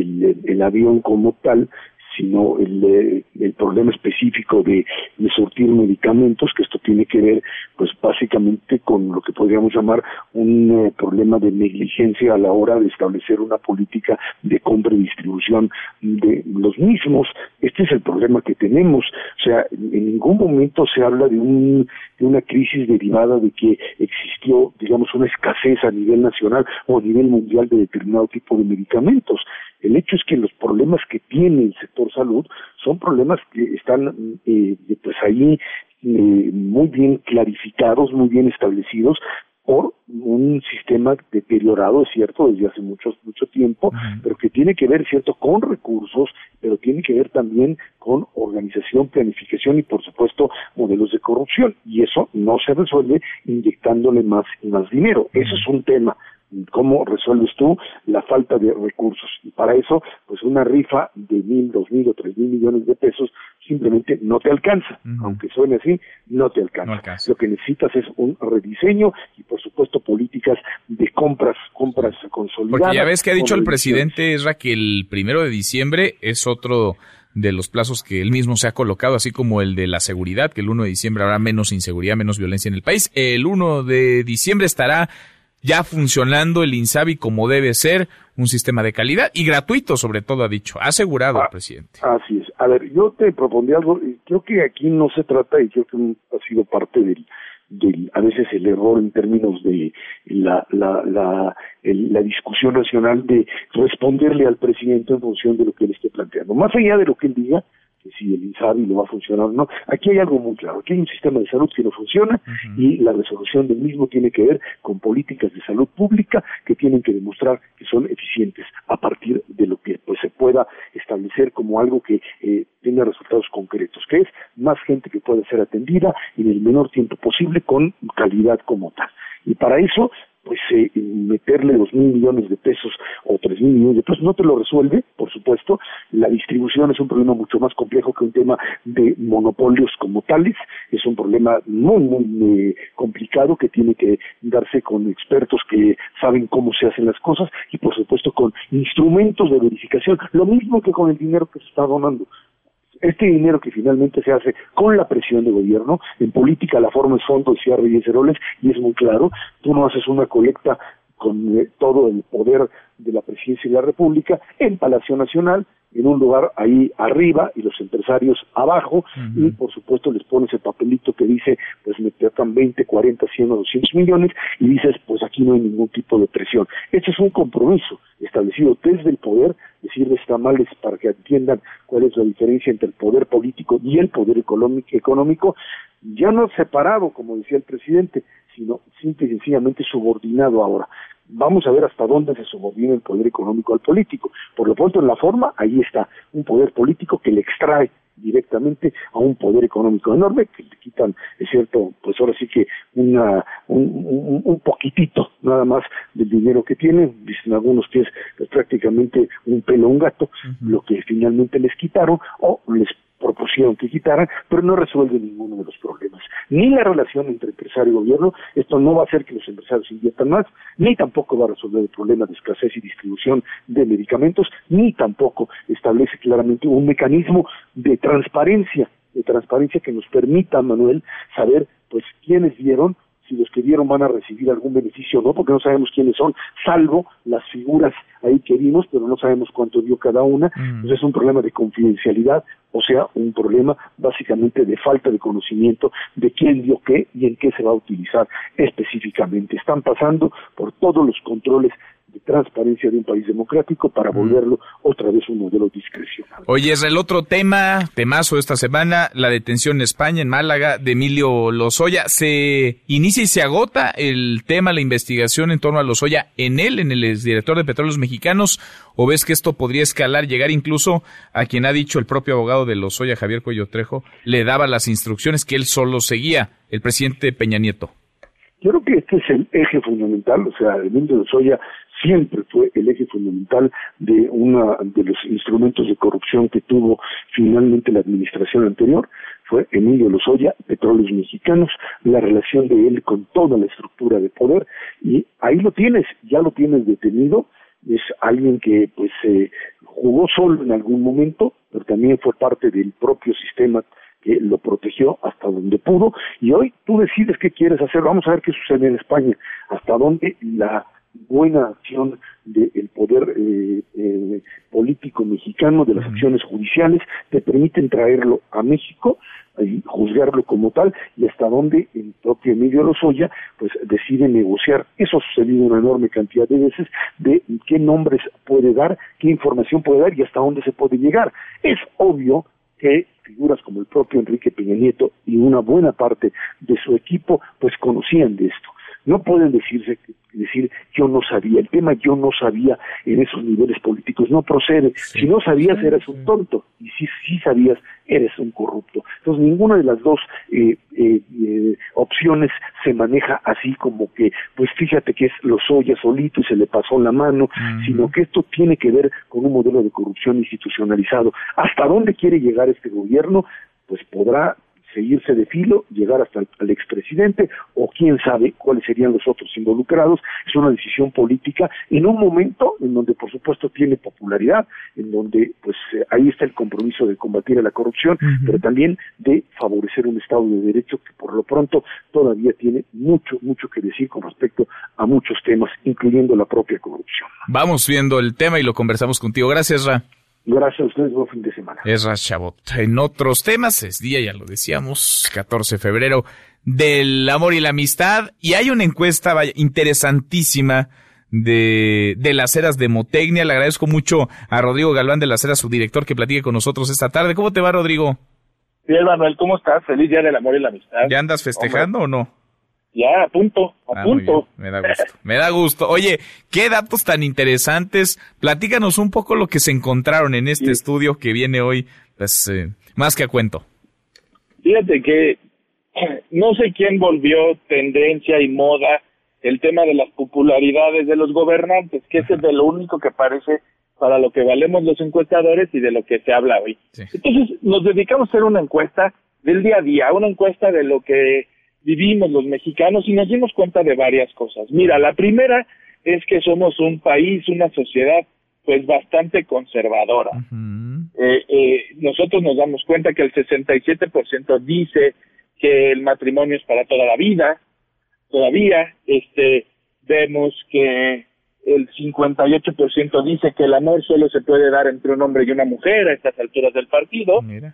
el avión como tal, sino el problema específico de surtir medicamentos, que esto tiene que ver pues básicamente con lo que podríamos llamar un problema de negligencia a la hora de establecer una política de compra y distribución de los mismos. Este es el problema que tenemos. O sea, en ningún momento se habla de una crisis derivada de que existió, digamos, una escasez a nivel nacional o a nivel mundial de determinado tipo de medicamentos. El hecho es que los problemas que tiene el sector salud son problemas que están pues ahí muy bien clarificados, muy bien establecidos por un sistema deteriorado, es cierto, desde hace mucho tiempo, pero que tiene que ver, cierto, con recursos, pero tiene que ver también con organización, planificación y, por supuesto, modelos de corrupción. Y eso no se resuelve inyectándole más dinero. Eso es un tema. ¿Cómo resuelves tú la falta de recursos? Y para eso, pues una rifa de 1,000, 2,000 o 3,000 millones de pesos simplemente no te alcanza. Aunque suene así, no te alcanza. Lo que necesitas es un rediseño y, por supuesto, políticas de compras consolidadas. Porque ya ves que ha dicho el presidente, Ezra, que el 1 de diciembre es otro de los plazos que él mismo se ha colocado, así como el de la seguridad, que el 1 de diciembre habrá menos inseguridad, menos violencia en el país. El 1 de diciembre estará ya funcionando el INSABI como debe ser, un sistema de calidad y gratuito, sobre todo, ha dicho, ha asegurado el presidente. Así es. A ver, yo te propondría algo, creo que aquí no se trata, y creo que ha sido parte del a veces el error en términos de la discusión nacional, de responderle al presidente en función de lo que él esté planteando. Más allá de lo que él diga, que si el INSABI lo va a funcionar o no, aquí hay algo muy claro. Aquí hay un sistema de salud que no funciona y la resolución del mismo tiene que ver con políticas de salud pública que tienen que demostrar que son eficientes a partir de lo que pues se pueda establecer como algo que tenga resultados concretos, que es más gente que pueda ser atendida en el menor tiempo posible con calidad como tal. Y para eso, pues meterle 2,000 millones de pesos o 3,000 millones de pesos no te lo resuelve, por supuesto. La distribución es un problema mucho más complejo que un tema de monopolios como tales. Es un problema muy complicado que tiene que darse con expertos que saben cómo se hacen las cosas y, por supuesto, con instrumentos de verificación. Lo mismo que con el dinero que se está donando. Este dinero que finalmente se hace con la presión de gobierno, en política la forma es fondo, decía Reyes Heroles, y es muy claro, tú no haces una colecta con todo el poder de la presidencia de la República en Palacio Nacional, en un lugar ahí arriba y los empresarios abajo, y por supuesto les pones el papelito que dice, pues me tocan 20, 40, 100 o 200 millones, y dices, pues aquí no hay ningún tipo de presión. Este es un compromiso establecido desde el poder, decirles tamales para que entiendan cuál es la diferencia entre el poder político y el poder económico, ya no separado, como decía el presidente, sino simple y sencillamente subordinado ahora. vamos a ver hasta dónde se subordina el poder económico al político. Por lo pronto, en la forma, ahí está, un poder político que le extrae directamente a un poder económico enorme, que le quitan, es cierto, pues ahora sí que un poquitito nada más del dinero que tienen, dicen algunos que es pues, prácticamente un pelo a un gato, lo que finalmente les quitaron o les propusieron que quitaran, pero no resuelve ninguno de los problemas. Ni la relación entre empresario y gobierno, esto no va a hacer que los empresarios inviertan más, ni tampoco va a resolver el problema de escasez y distribución de medicamentos, ni tampoco establece claramente un mecanismo de transparencia que nos permita, Manuel, saber pues quiénes dieron, si los que dieron van a recibir algún beneficio o no, porque no sabemos quiénes son, salvo las figuras ahí que vimos, pero no sabemos cuánto dio cada una. Entonces es un problema de confidencialidad, o sea, un problema básicamente de falta de conocimiento de quién dio qué y en qué se va a utilizar específicamente. Están pasando por todos los controles de transparencia de un país democrático para volverlo otra vez un modelo discrecional. Oye, es el otro temazo de esta semana, la detención en España, en Málaga, de Emilio Lozoya. Se inicia y se agota el tema, la investigación en torno a Lozoya en el exdirector de Petróleos Mexicanos, o ves que esto podría escalar, llegar incluso a quien ha dicho el propio abogado de Lozoya, Javier Cuello Trejo, le daba las instrucciones que él solo seguía, el presidente Peña Nieto? Yo creo que este es el eje fundamental, o sea, Emilio Lozoya siempre fue el eje fundamental de los instrumentos de corrupción que tuvo finalmente la administración anterior. Fue Emilio Lozoya, Petróleos Mexicanos, la relación de él con toda la estructura de poder, y ahí lo tienes, ya lo tienes detenido. Es alguien que pues jugó solo en algún momento, pero también fue parte del propio sistema que lo protegió hasta donde pudo, y hoy tú decides qué quieres hacer. Vamos a ver qué sucede en España, hasta dónde la buena acción del poder político mexicano, de las acciones judiciales, te permiten traerlo a México y juzgarlo como tal, y hasta dónde el propio Emilio Lozoya pues decide negociar. Eso ha sucedido una enorme cantidad de veces, de qué nombres puede dar, qué información puede dar y hasta dónde se puede llegar. Es obvio que figuras como el propio Enrique Peña Nieto y una buena parte de su equipo pues conocían de esto. No pueden decir yo no sabía. El tema yo no sabía en esos niveles políticos no procede. Si no sabías eres un tonto, y si sabías eres un corrupto. Entonces ninguna de las dos opciones se maneja así como que pues fíjate que es Lozoya solito y se le pasó la mano, sino que esto tiene que ver con un modelo de corrupción institucionalizado. ¿Hasta dónde quiere llegar este gobierno? Pues podrá seguirse de filo, llegar hasta el expresidente, o quién sabe cuáles serían los otros involucrados. Es una decisión política en un momento en donde por supuesto tiene popularidad, en donde pues ahí está el compromiso de combatir a la corrupción, pero también de favorecer un Estado de Derecho que por lo pronto todavía tiene mucho que decir con respecto a muchos temas, incluyendo la propia corrupción. Vamos viendo el tema y lo conversamos contigo. Gracias, Ra. Gracias a ustedes, buen fin de semana. Ezra Chabot. En otros temas, es día, ya lo decíamos, 14 de febrero, del amor y la amistad, y hay una encuesta interesantísima de las Heras de Motecnia. Le agradezco mucho a Rodrigo Galván de las Heras, su director, que platique con nosotros esta tarde. ¿Cómo te va, Rodrigo? Bien, Manuel, ¿cómo estás? Feliz día del amor y la amistad. ¿Ya andas festejando o no? Ya, a punto. Me da gusto. Oye, qué datos tan interesantes. Platícanos un poco lo que se encontraron en este estudio que viene hoy, pues, más que a cuento. Fíjate que no sé quién volvió tendencia y moda el tema de las popularidades de los gobernantes, que ese es de lo único que parece para lo que valemos los encuestadores y de lo que se habla hoy. Sí. Entonces, nos dedicamos a hacer una encuesta del día a día, una encuesta de lo que vivimos los mexicanos, y nos dimos cuenta de varias cosas. Mira, la primera es que somos un país, una sociedad pues bastante conservadora. Nosotros nos damos cuenta que el 67% dice que el matrimonio es para toda la vida. Todavía vemos que el 58% dice que el amor solo se puede dar entre un hombre y una mujer a estas alturas del partido. Mira.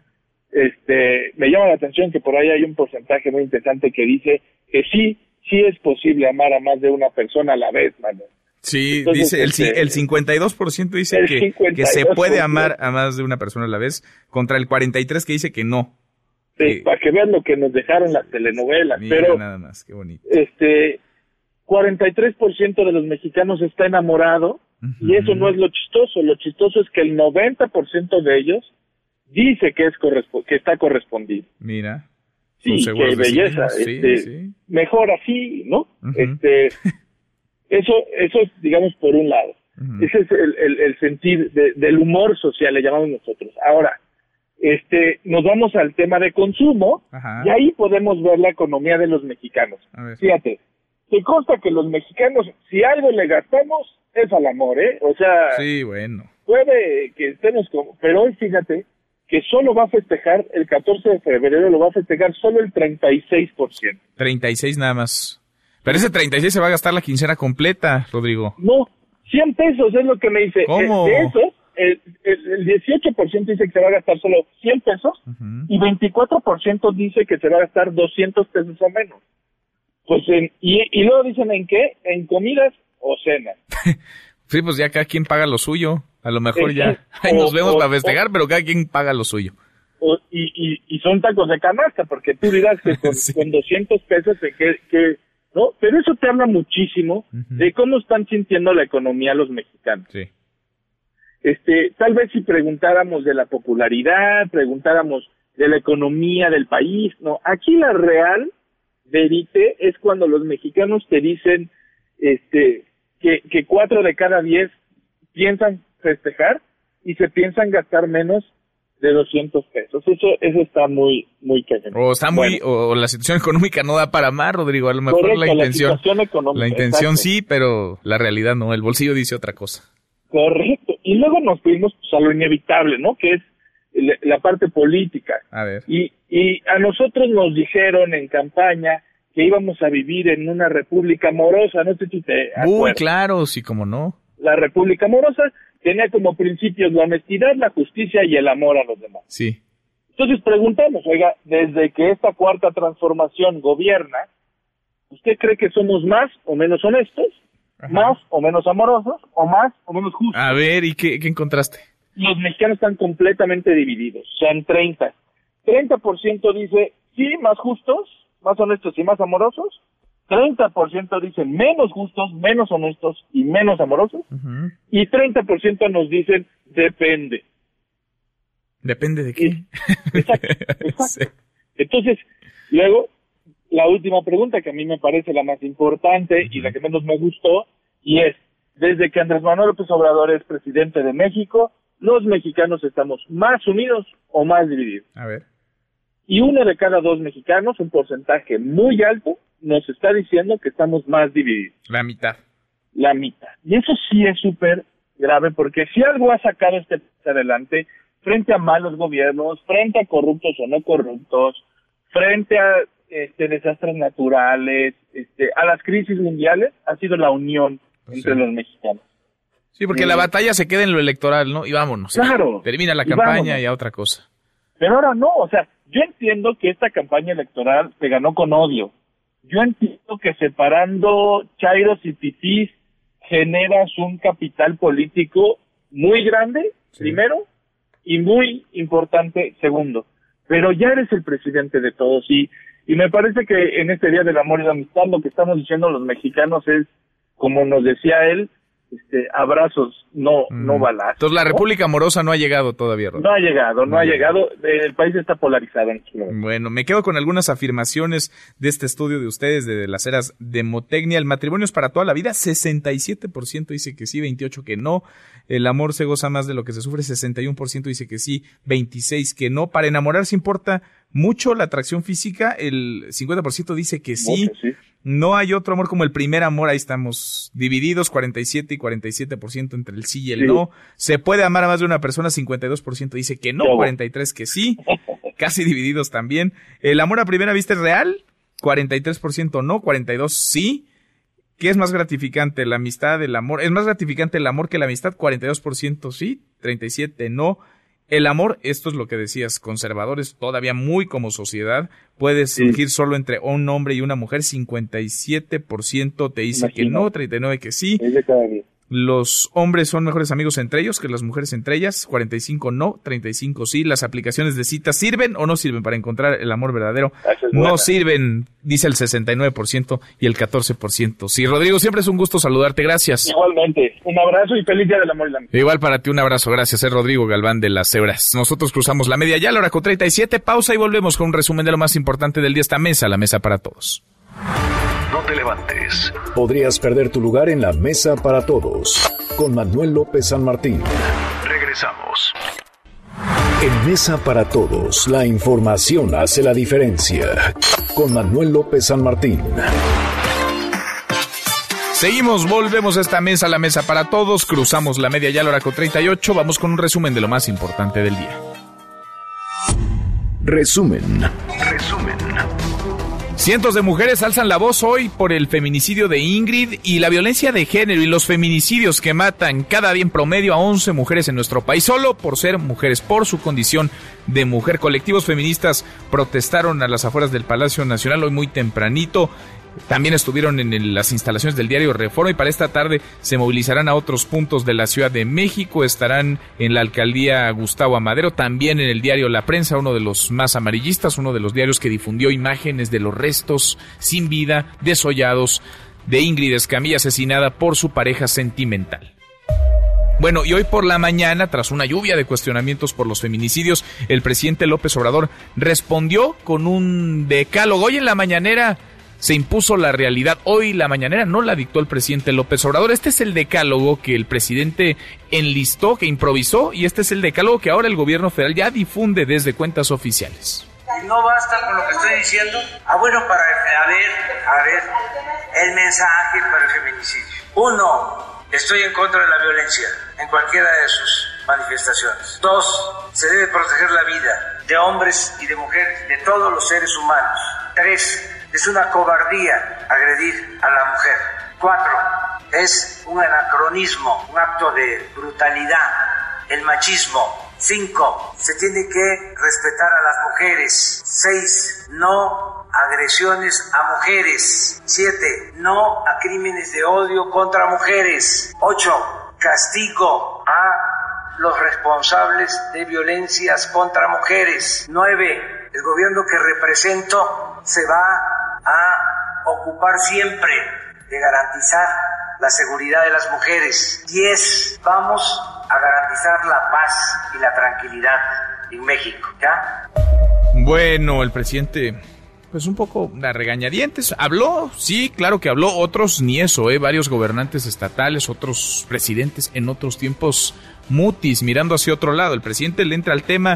Me llama la atención que por ahí hay un porcentaje muy interesante que dice que sí es posible amar a más de una persona a la vez, mano. Sí, entonces, dice el 52% dice que se puede amar a más de una persona a la vez, contra el 43% que dice que no. Sí, para que vean lo que nos dejaron las telenovelas. Mira, pero nada más, qué bonito. 43% de los mexicanos está enamorado, y eso no es lo chistoso es que el 90% de ellos dice que está correspondido. Mira. Sí, qué belleza, sí. Mejor así, ¿no? Eso es, digamos, por un lado. Ese es el sentir del humor social, le llamamos nosotros. Ahora, nos vamos al tema de consumo, y ahí podemos ver la economía de los mexicanos. Fíjate, te consta que los mexicanos, si algo le gastamos, es al amor, ¿eh? O sea, sí, bueno. Puede que estemos pero hoy fíjate que solo va a festejar el 14 de febrero, lo va a festejar solo el 36%. 36 nada más. Pero ese 36 se va a gastar la quincena completa, Rodrigo. No, 100 pesos es lo que me dice. ¿Cómo? De eso, el 18% dice que se va a gastar solo 100 pesos y 24% dice que se va a gastar 200 pesos o menos. Pues y luego dicen ¿en qué? En comidas o cenas. Sí, pues ya cada quien paga lo suyo. A lo mejor ya ahí nos vemos para festejar, pero cada quien paga lo suyo. Y son tacos de canasta, porque tú dirás que con 200 pesos ¿no? Pero eso te habla muchísimo de cómo están sintiendo la economía los mexicanos. Sí. Tal vez si preguntáramos de la popularidad, preguntáramos de la economía del país, no. Aquí la real verite es cuando los mexicanos te dicen que 4 de cada 10 piensan festejar y se piensan gastar menos de 200 pesos. Eso está muy cañón. O la situación económica no da para más, Rodrigo. A lo mejor correcto, la intención exacto. Sí, pero la realidad no. El bolsillo dice otra cosa. Correcto. Y luego nos fuimos a lo inevitable, ¿no? Que es la parte política. A ver. Y a nosotros nos dijeron en campaña que íbamos a vivir en una república amorosa. No sé si te acuerdas. Muy claro, sí, como no. La república amorosa tenía como principios la honestidad, la justicia y el amor a los demás. Sí. Entonces preguntamos, oiga, desde que esta cuarta transformación gobierna, ¿usted cree que somos más o menos honestos, más o menos amorosos, o más o menos justos? A ver, ¿y qué encontraste? Los mexicanos están completamente divididos, o sea, en 30. 30% dice, sí, más justos, más honestos y más amorosos. 30% dicen menos justos, menos honestos y menos amorosos. Y 30% nos dicen depende. ¿Depende de qué? Exacto. Sí. Entonces, luego, la última pregunta que a mí me parece la más importante y la que menos me gustó, y es, desde que Andrés Manuel López Obrador es presidente de México, los mexicanos estamos más unidos o más divididos. A ver. Y 1 de cada 2 mexicanos, un porcentaje muy alto, nos está diciendo que estamos más divididos. La mitad. La mitad. Y eso sí es súper grave, porque si algo ha sacado este país adelante, frente a malos gobiernos, frente a corruptos o no corruptos, frente a desastres naturales, a las crisis mundiales, ha sido la unión entre los mexicanos. Sí, porque la batalla se queda en lo electoral, ¿no? Y vámonos. Claro. Termina la campaña y a otra cosa. Pero ahora no, o sea, yo entiendo que esta campaña electoral se ganó con odio. Yo entiendo que separando chairos y fifís generas un capital político muy grande, primero, y muy importante, segundo. Pero ya eres el presidente de todos y me parece que en este Día del Amor y la Amistad lo que estamos diciendo los mexicanos es, como nos decía él, abrazos, no balazos. Entonces la República Amorosa no ha llegado todavía, Rodrigo. No ha llegado. El país está polarizado en este momento. Bueno, me quedo con algunas afirmaciones de este estudio de ustedes, de las eras Demotecnia. El matrimonio es para toda la vida, 67% dice que sí, 28% que no. El amor se goza más de lo que se sufre, 61% dice que sí, 26% que no. Para enamorarse importa mucho la atracción física, el 50% dice que sí. No hay otro amor como el primer amor, ahí estamos divididos, 47 y 47% entre el sí y el no. Se puede amar a más de una persona, 52% dice que no, 43% que sí, casi divididos también. El amor a primera vista es real, 43% no, 42% sí. ¿Qué es más gratificante, la amistad, el amor? ¿Es más gratificante el amor que la amistad? 42% sí, 37% no. El amor, esto es lo que decías, conservadores todavía muy como sociedad, puede surgir solo entre un hombre y una mujer, 57% te dice que no, 39% que sí. Los hombres son mejores amigos entre ellos que las mujeres entre ellas. 45 no, 35 sí. Las aplicaciones de citas ¿sirven o no sirven para encontrar el amor verdadero? No sirven, dice el 69% y el 14% sí. Rodrigo, siempre es un gusto saludarte. Gracias. Igualmente. Un abrazo y feliz Día del Amor y la Amistad. Igual para ti, un abrazo. Gracias. Es Rodrigo Galván de Las Cebras. Nosotros cruzamos la media ya, la hora con 37. Pausa y volvemos con un resumen de lo más importante del día. Esta mesa, la mesa para todos. No te levantes. Podrías perder tu lugar en la mesa para todos. Con Manuel López San Martín. Regresamos. En Mesa para Todos, la información hace la diferencia. Con Manuel López San Martín. Seguimos, volvemos a esta mesa, la mesa para todos. Cruzamos la media ya, la hora con 38. Vamos con un resumen de lo más importante del día. Resumen. Cientos de mujeres alzan la voz hoy por el feminicidio de Ingrid y la violencia de género y los feminicidios que matan cada día en promedio a 11 mujeres en nuestro país, solo por ser mujeres, por su condición de mujer. Colectivos feministas protestaron a las afueras del Palacio Nacional hoy muy tempranito. También estuvieron en las instalaciones del diario Reforma y para esta tarde se movilizarán a otros puntos de la Ciudad de México. Estarán en la alcaldía Gustavo Amadero, también en el diario La Prensa, uno de los más amarillistas, uno de los diarios que difundió imágenes de los restos sin vida, desollados, de Ingrid Escamilla asesinada por su pareja sentimental. Bueno, y hoy por la mañana, tras una lluvia de cuestionamientos por los feminicidios, el presidente López Obrador respondió con un decálogo. Hoy en la mañanera se impuso la realidad. Hoy la mañanera no la dictó el presidente López Obrador. Este es el decálogo que el presidente enlistó, que improvisó, y este es el decálogo que ahora el gobierno federal ya difunde desde cuentas oficiales. No basta con lo que estoy diciendo. Bueno, a ver, el mensaje para el feminicidio. 1, estoy en contra de la violencia en cualquiera de sus manifestaciones. 2, se debe proteger la vida de hombres y de mujeres, de todos los seres humanos. 3, es una cobardía agredir a la mujer. 4, es un anacronismo, un acto de brutalidad, el machismo. 5, se tiene que respetar a las mujeres. 6, no agresiones a mujeres. 7, no a crímenes de odio contra mujeres. 8, castigo a los responsables de violencias contra mujeres. 9, el gobierno que represento se va a ocupar siempre de garantizar la seguridad de las mujeres. 10, vamos a garantizar la paz y la tranquilidad en México, ¿ya? Bueno, el presidente, pues un poco a regañadientes, habló, sí, claro que habló, otros ni eso, varios gobernantes estatales, otros presidentes en otros tiempos mutis, mirando hacia otro lado. El presidente le entra al tema.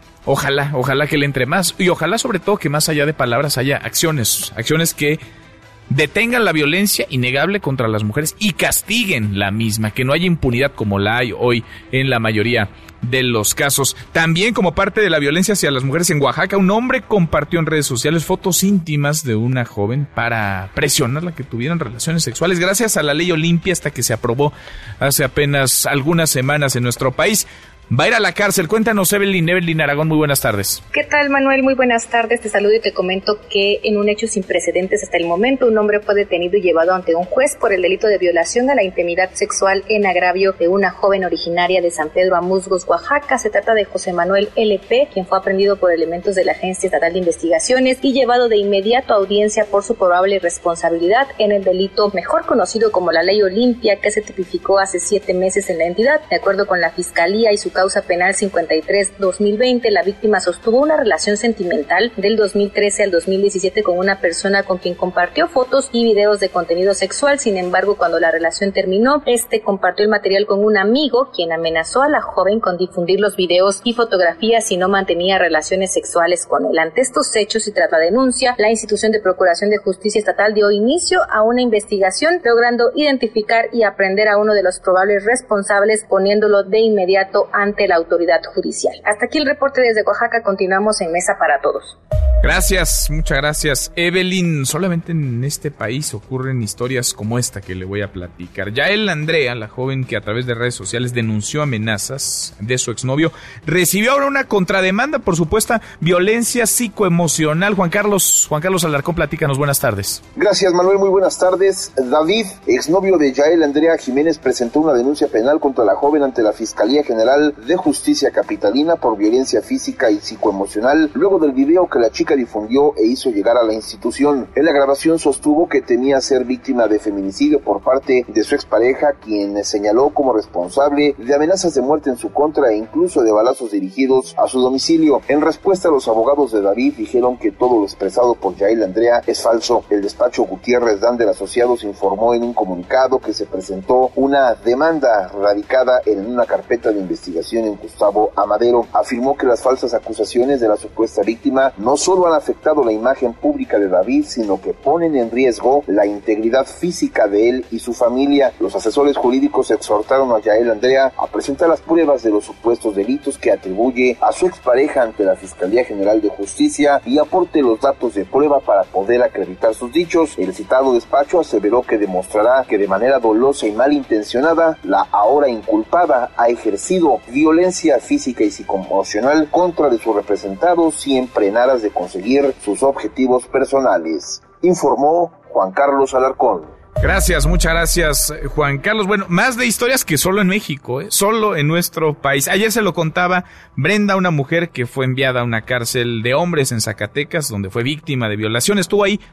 Ojalá que le entre más y ojalá sobre todo que más allá de palabras haya acciones que detengan la violencia innegable contra las mujeres y castiguen la misma, que no haya impunidad como la hay hoy en la mayoría de los casos. También como parte de la violencia hacia las mujeres en Oaxaca, un hombre compartió en redes sociales fotos íntimas de una joven para presionarla que tuvieran relaciones sexuales. Gracias a la ley Olimpia, esta que se aprobó hace apenas algunas semanas en nuestro país, va a ir a la cárcel. Cuéntanos, Evelyn Aragón, muy buenas tardes. ¿Qué tal, Manuel? Muy buenas tardes. Te saludo y te comento que en un hecho sin precedentes hasta el momento, un hombre fue detenido y llevado ante un juez por el delito de violación a la intimidad sexual en agravio de una joven originaria de San Pedro Amusgos, Oaxaca. Se trata de José Manuel L.P., quien fue aprendido por elementos de la Agencia Estatal de Investigaciones y llevado de inmediato a audiencia por su probable responsabilidad en el delito mejor conocido como la ley Olimpia, que se tipificó hace 7 meses en la entidad. De acuerdo con la Fiscalía y su causa penal 53-2020, la víctima sostuvo una relación sentimental del 2013 al 2017 con una persona con quien compartió fotos y videos de contenido sexual. Sin embargo, cuando la relación terminó, compartió el material con un amigo, quien amenazó a la joven con difundir los videos y fotografías si no mantenía relaciones sexuales con él. Ante estos hechos y tras la denuncia, la institución de Procuración de Justicia Estatal dio inicio a una investigación, logrando identificar y aprehender a uno de los probables responsables, poniéndolo de inmediato ante la autoridad judicial. Hasta aquí el reporte desde Oaxaca. Continuamos en Mesa para Todos. Gracias, muchas gracias, Evelyn. Solamente en este país ocurren historias como esta que le voy a platicar. Yael Andrea, la joven que a través de redes sociales denunció amenazas de su exnovio, recibió ahora una contrademanda por supuesta violencia psicoemocional. Juan Carlos Alarcón, platícanos, buenas tardes. Gracias, Manuel, muy buenas tardes. David, exnovio de Yael Andrea Jiménez, presentó una denuncia penal contra la joven ante la Fiscalía General de Justicia Capitalina por violencia física y psicoemocional, luego del video que la chica difundió e hizo llegar a la institución. En la grabación sostuvo que temía ser víctima de feminicidio por parte de su expareja, quien señaló como responsable de amenazas de muerte en su contra e incluso de balazos dirigidos a su domicilio. En respuesta, los abogados de David dijeron que todo lo expresado por Yael Andrea es falso. El despacho Gutiérrez Dander Asociados informó en un comunicado que se presentó una demanda radicada en una carpeta de investigación en Gustavo Amadero. Afirmó que las falsas acusaciones de la supuesta víctima no solo han afectado la imagen pública de David, sino que ponen en riesgo la integridad física de él y su familia. Los asesores jurídicos exhortaron a Yael Andrea a presentar las pruebas de los supuestos delitos que atribuye a su expareja ante la Fiscalía General de Justicia y aporte los datos de prueba para poder acreditar sus dichos. El citado despacho aseveró que demostrará que de manera dolosa y malintencionada la ahora inculpada ha ejercido violencia física y psicoemocional contra de su representado, siempre en aras de conseguir sus objetivos personales, informó Juan Carlos Alarcón. Gracias, muchas gracias, Juan Carlos. Bueno, más de historias que solo en México, solo en nuestro país. Ayer se lo contaba Brenda, una mujer que fue enviada a una cárcel de hombres en Zacatecas, donde fue víctima de violación. Estuvo ahí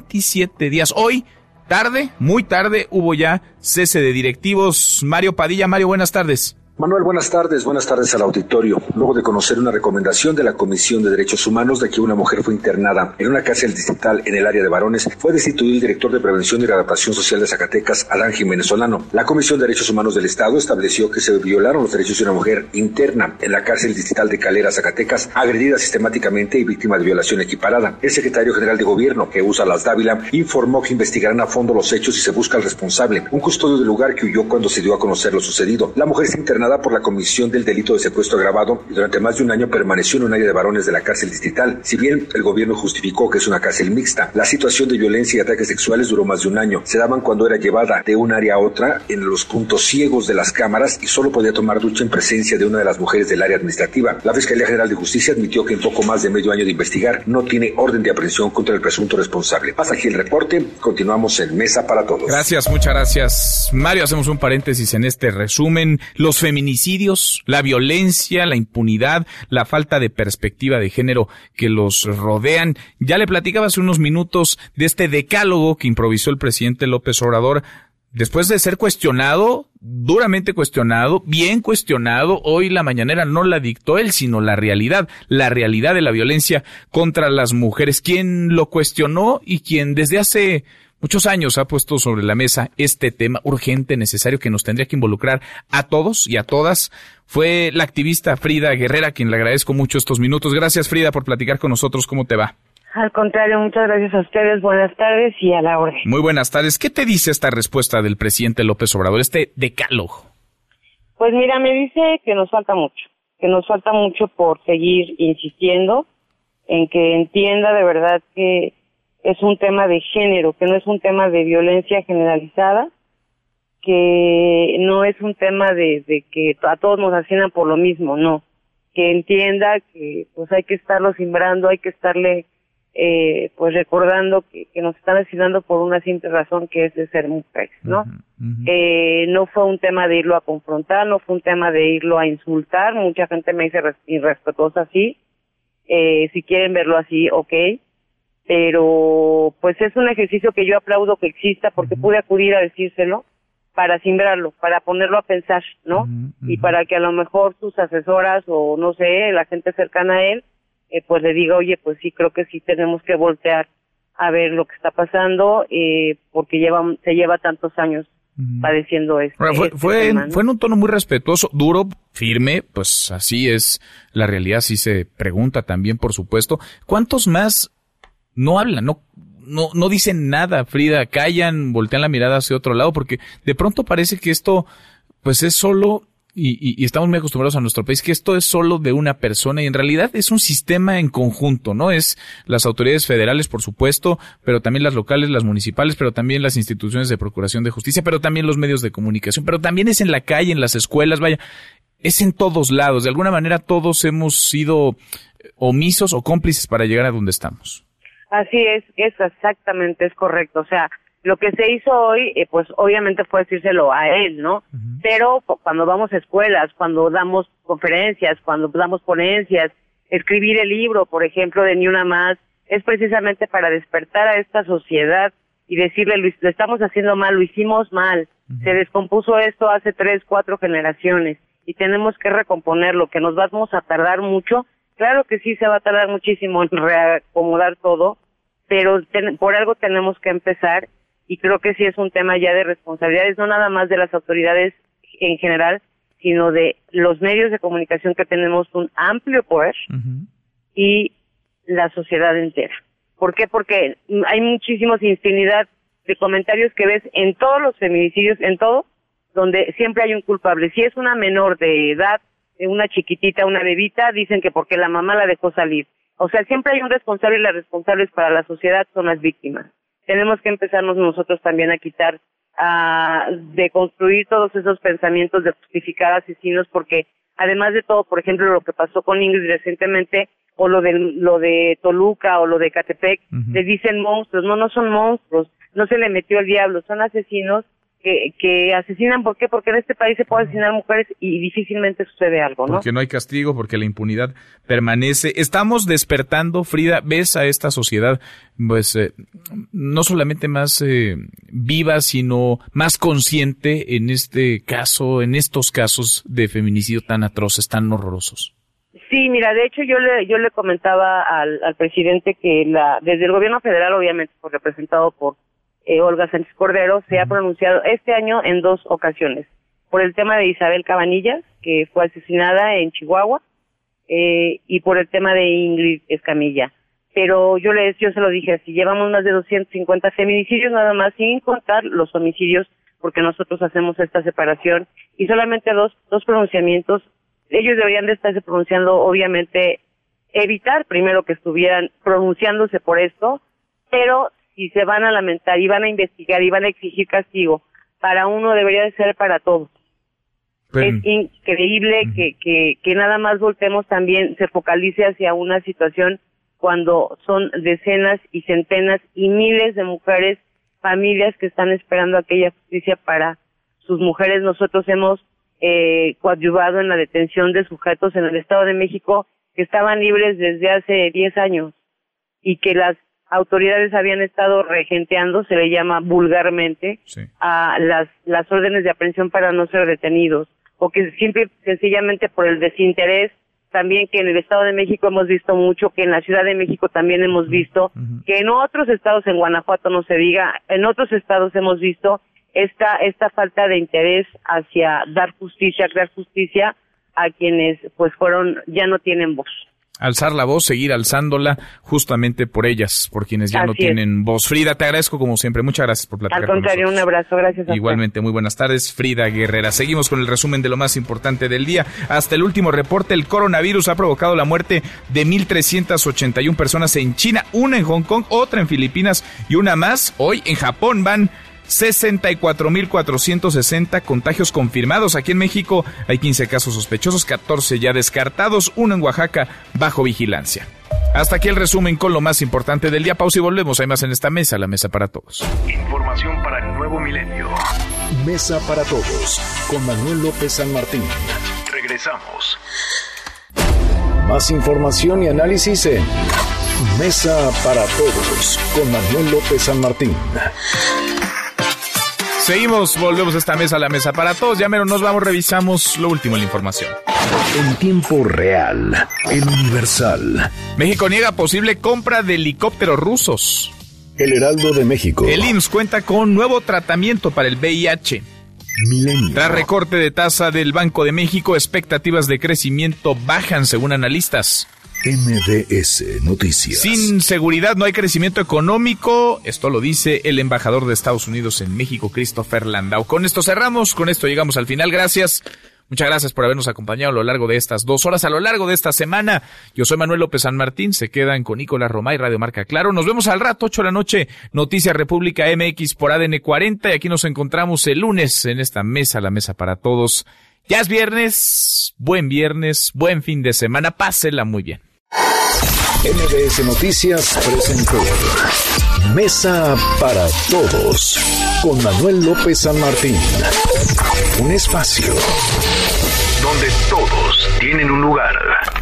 27 días. Hoy, tarde, muy tarde, hubo ya cese de directivos. Mario Padilla. Mario, buenas tardes. Manuel, buenas tardes al auditorio. Luego de conocer una recomendación de la Comisión de Derechos Humanos de que una mujer fue internada en una cárcel distrital en el área de varones, fue destituido el director de Prevención y Readaptación Social de Zacatecas, Adán Jiménez Solano. La Comisión de Derechos Humanos del Estado estableció que se violaron los derechos de una mujer interna en la cárcel distrital de Calera, Zacatecas, agredida sistemáticamente y víctima de violación equiparada. El secretario general de Gobierno, Jesús Las Dávila, informó que investigarán a fondo los hechos y se busca al responsable, un custodio del lugar que huyó cuando se dio a conocer lo sucedido. La mujer se internada por la comisión del delito de secuestro agravado y durante más de un año permaneció en un área de varones de la cárcel distrital. Si bien el gobierno justificó que es una cárcel mixta, la situación de violencia y ataques sexuales duró más de un año. Se daban cuando era llevada de un área a otra en los puntos ciegos de las cámaras y solo podía tomar ducha en presencia de una de las mujeres del área administrativa. La Fiscalía General de Justicia admitió que en poco más de medio año de investigar no tiene orden de aprehensión contra el presunto responsable. Hasta aquí el reporte. Continuamos en Mesa para Todos. Gracias, muchas gracias, Mario. Hacemos un paréntesis en este resumen. Los feminicidios, la violencia, la impunidad, la falta de perspectiva de género que los rodean. Ya le platicaba hace unos minutos de este decálogo que improvisó el presidente López Obrador después de ser cuestionado, duramente cuestionado, bien cuestionado. Hoy la mañanera no la dictó él, sino la realidad de la violencia contra las mujeres. Quien lo cuestionó y quien desde hace muchos años ha puesto sobre la mesa este tema urgente, necesario, que nos tendría que involucrar a todos y a todas, fue la activista Frida Guerrera, a quien le agradezco mucho estos minutos. Gracias, Frida, por platicar con nosotros. ¿Cómo te va? Al contrario, muchas gracias a ustedes. Buenas tardes y a la orden. Muy buenas tardes. ¿Qué te dice esta respuesta del presidente López Obrador, este decálogo? Pues mira, me dice que nos falta mucho por seguir insistiendo en que entienda de verdad que es un tema de género, que no es un tema de violencia generalizada, que no es un tema de que a todos nos asesinan por lo mismo, no. Que entienda que pues hay que estarlo simbrando, hay que estarle pues recordando que nos están asesinando por una simple razón, que es de ser mujeres, ¿no? No fue un tema de irlo a confrontar, no fue un tema de irlo a insultar. Mucha gente me dice irrespetuosa, sí. Si quieren verlo así, okay. Pero pues es un ejercicio que yo aplaudo que exista, porque pude acudir a decírselo para simbrarlo, para ponerlo a pensar, ¿no? Y para que a lo mejor sus asesoras o no sé, la gente cercana a él, pues le diga, oye, pues sí, creo que sí tenemos que voltear a ver lo que está pasando, porque se lleva tantos años padeciendo esto. Fue en un tono muy respetuoso, duro, firme, pues así es la realidad, así se pregunta también, por supuesto. ¿Cuántos más no hablan, no dicen nada, Frida? Callan, voltean la mirada hacia otro lado, porque de pronto parece que esto pues es solo y estamos muy acostumbrados a nuestro país que esto es solo de una persona y en realidad es un sistema en conjunto, ¿no? Es las autoridades federales, por supuesto, pero también las locales, las municipales, pero también las instituciones de procuración de justicia, pero también los medios de comunicación, pero también es en la calle, en las escuelas, vaya, es en todos lados. De alguna manera todos hemos sido omisos o cómplices para llegar a donde estamos. Así es exactamente, es correcto. O sea, lo que se hizo hoy, pues obviamente fue decírselo a él, ¿no? Uh-huh. Pero cuando vamos a escuelas, cuando damos conferencias, cuando damos ponencias, escribir el libro, por ejemplo, de Ni Una Más, es precisamente para despertar a esta sociedad y decirle, lo estamos haciendo mal, lo hicimos mal, uh-huh. Se descompuso esto hace 3, 4 generaciones y tenemos que recomponerlo, que nos vamos a tardar mucho. Claro que sí se va a tardar muchísimo en reacomodar todo, pero por algo tenemos que empezar. Y creo que sí es un tema ya de responsabilidades, no nada más de las autoridades en general, sino de los medios de comunicación que tenemos un amplio poder uh-huh. y la sociedad entera. ¿Por qué? Porque hay muchísimos infinidad de comentarios que ves en todos los feminicidios, en todo, donde siempre hay un culpable. Si es una menor de edad, una chiquitita, una bebita, dicen que porque la mamá la dejó salir. O sea, siempre hay un responsable y las responsables para la sociedad son las víctimas. Tenemos que empezarnos nosotros también a quitar, de construir todos esos pensamientos de justificar asesinos, porque además de todo, por ejemplo, lo que pasó con Ingrid recientemente, o lo de Toluca, o lo de Catepec, uh-huh. Le dicen monstruos. No son monstruos, no se le metió el diablo, son asesinos que asesinan. ¿Por qué? Porque en este país se puede asesinar mujeres y difícilmente sucede algo, ¿no? Porque no hay castigo, porque la impunidad permanece. Estamos despertando, Frida, ves a esta sociedad, pues, no solamente más viva, sino más consciente en este caso, en estos casos de feminicidio tan atroces, tan horrorosos. Sí, mira, de hecho yo le comentaba al presidente que desde el gobierno federal, obviamente, representado por Olga Sánchez Cordero, se ha pronunciado este año en 2 ocasiones, por el tema de Isabel Cabanillas, que fue asesinada en Chihuahua, y por el tema de Ingrid Escamilla. Pero yo se lo dije así, llevamos más de 250 feminicidios nada más, sin contar los homicidios, porque nosotros hacemos esta separación, y solamente dos pronunciamientos. Ellos deberían de estarse pronunciando, obviamente, evitar primero que estuvieran pronunciándose por esto, pero si se van a lamentar y van a investigar y van a exigir castigo para uno, debería de ser para todos. Pero, es increíble uh-huh. que nada más voltemos también, se focalice hacia una situación cuando son decenas y centenas y miles de mujeres, familias que están esperando aquella justicia para sus mujeres. Nosotros hemos coadyuvado en la detención de sujetos en el Estado de México que estaban libres desde hace 10 años y que las autoridades habían estado regenteando, se le llama vulgarmente, sí, a las órdenes de aprehensión para no ser detenidos, o que sencillamente por el desinterés, también que en el Estado de México hemos visto mucho, que en la Ciudad de México también hemos visto, que en otros estados, en Guanajuato no se diga, en otros estados hemos visto esta falta de interés hacia dar justicia, crear justicia a quienes pues ya no tienen voz. Alzar la voz, seguir alzándola justamente por ellas, por quienes ya no tienen voz. Frida, te agradezco como siempre. Muchas gracias por platicar con nosotros. Al contrario, un abrazo. Gracias a Igualmente, muy buenas tardes. Frida Guerrera. Seguimos con el resumen de lo más importante del día. Hasta el último reporte, el coronavirus ha provocado la muerte de 1,381 personas en China, una en Hong Kong, otra en Filipinas y una más hoy en Japón. Van 64,460 contagios confirmados. Aquí en México hay 15 casos sospechosos, 14 ya descartados, uno en Oaxaca bajo vigilancia. Hasta aquí el resumen con lo más importante del día. Pausa y volvemos. Hay más en esta mesa, la mesa para todos. Información para el nuevo milenio. Mesa para todos con Manuel López San Martín. Regresamos. Más información y análisis en Mesa para todos con Manuel López San Martín. Volvemos a esta mesa, la mesa para todos. Ya mero nos vamos, revisamos lo último en la información. En tiempo real, el Universal. México niega posible compra de helicópteros rusos. El Heraldo de México. El IMSS cuenta con nuevo tratamiento para el VIH. Milenio. Tras recorte de tasa del Banco de México, expectativas de crecimiento bajan según analistas. MBS Noticias. Sin seguridad no hay crecimiento económico. Esto lo dice el embajador de Estados Unidos en México, Christopher Landau. Con esto cerramos, con esto llegamos al final. Gracias Muchas gracias por habernos acompañado a lo largo de estas 2 horas, a lo largo de esta semana. Yo soy Manuel López San Martín, se quedan con Nicolás Romay, Radio Marca Claro. Nos vemos al rato, 8 de la noche, Noticias República MX por ADN 40, y aquí nos encontramos el lunes en esta mesa, la mesa para todos. Ya es viernes, buen fin de semana, pásela muy bien. MBS Noticias presentó Mesa para Todos con Manuel López San Martín. Un espacio donde todos tienen un lugar.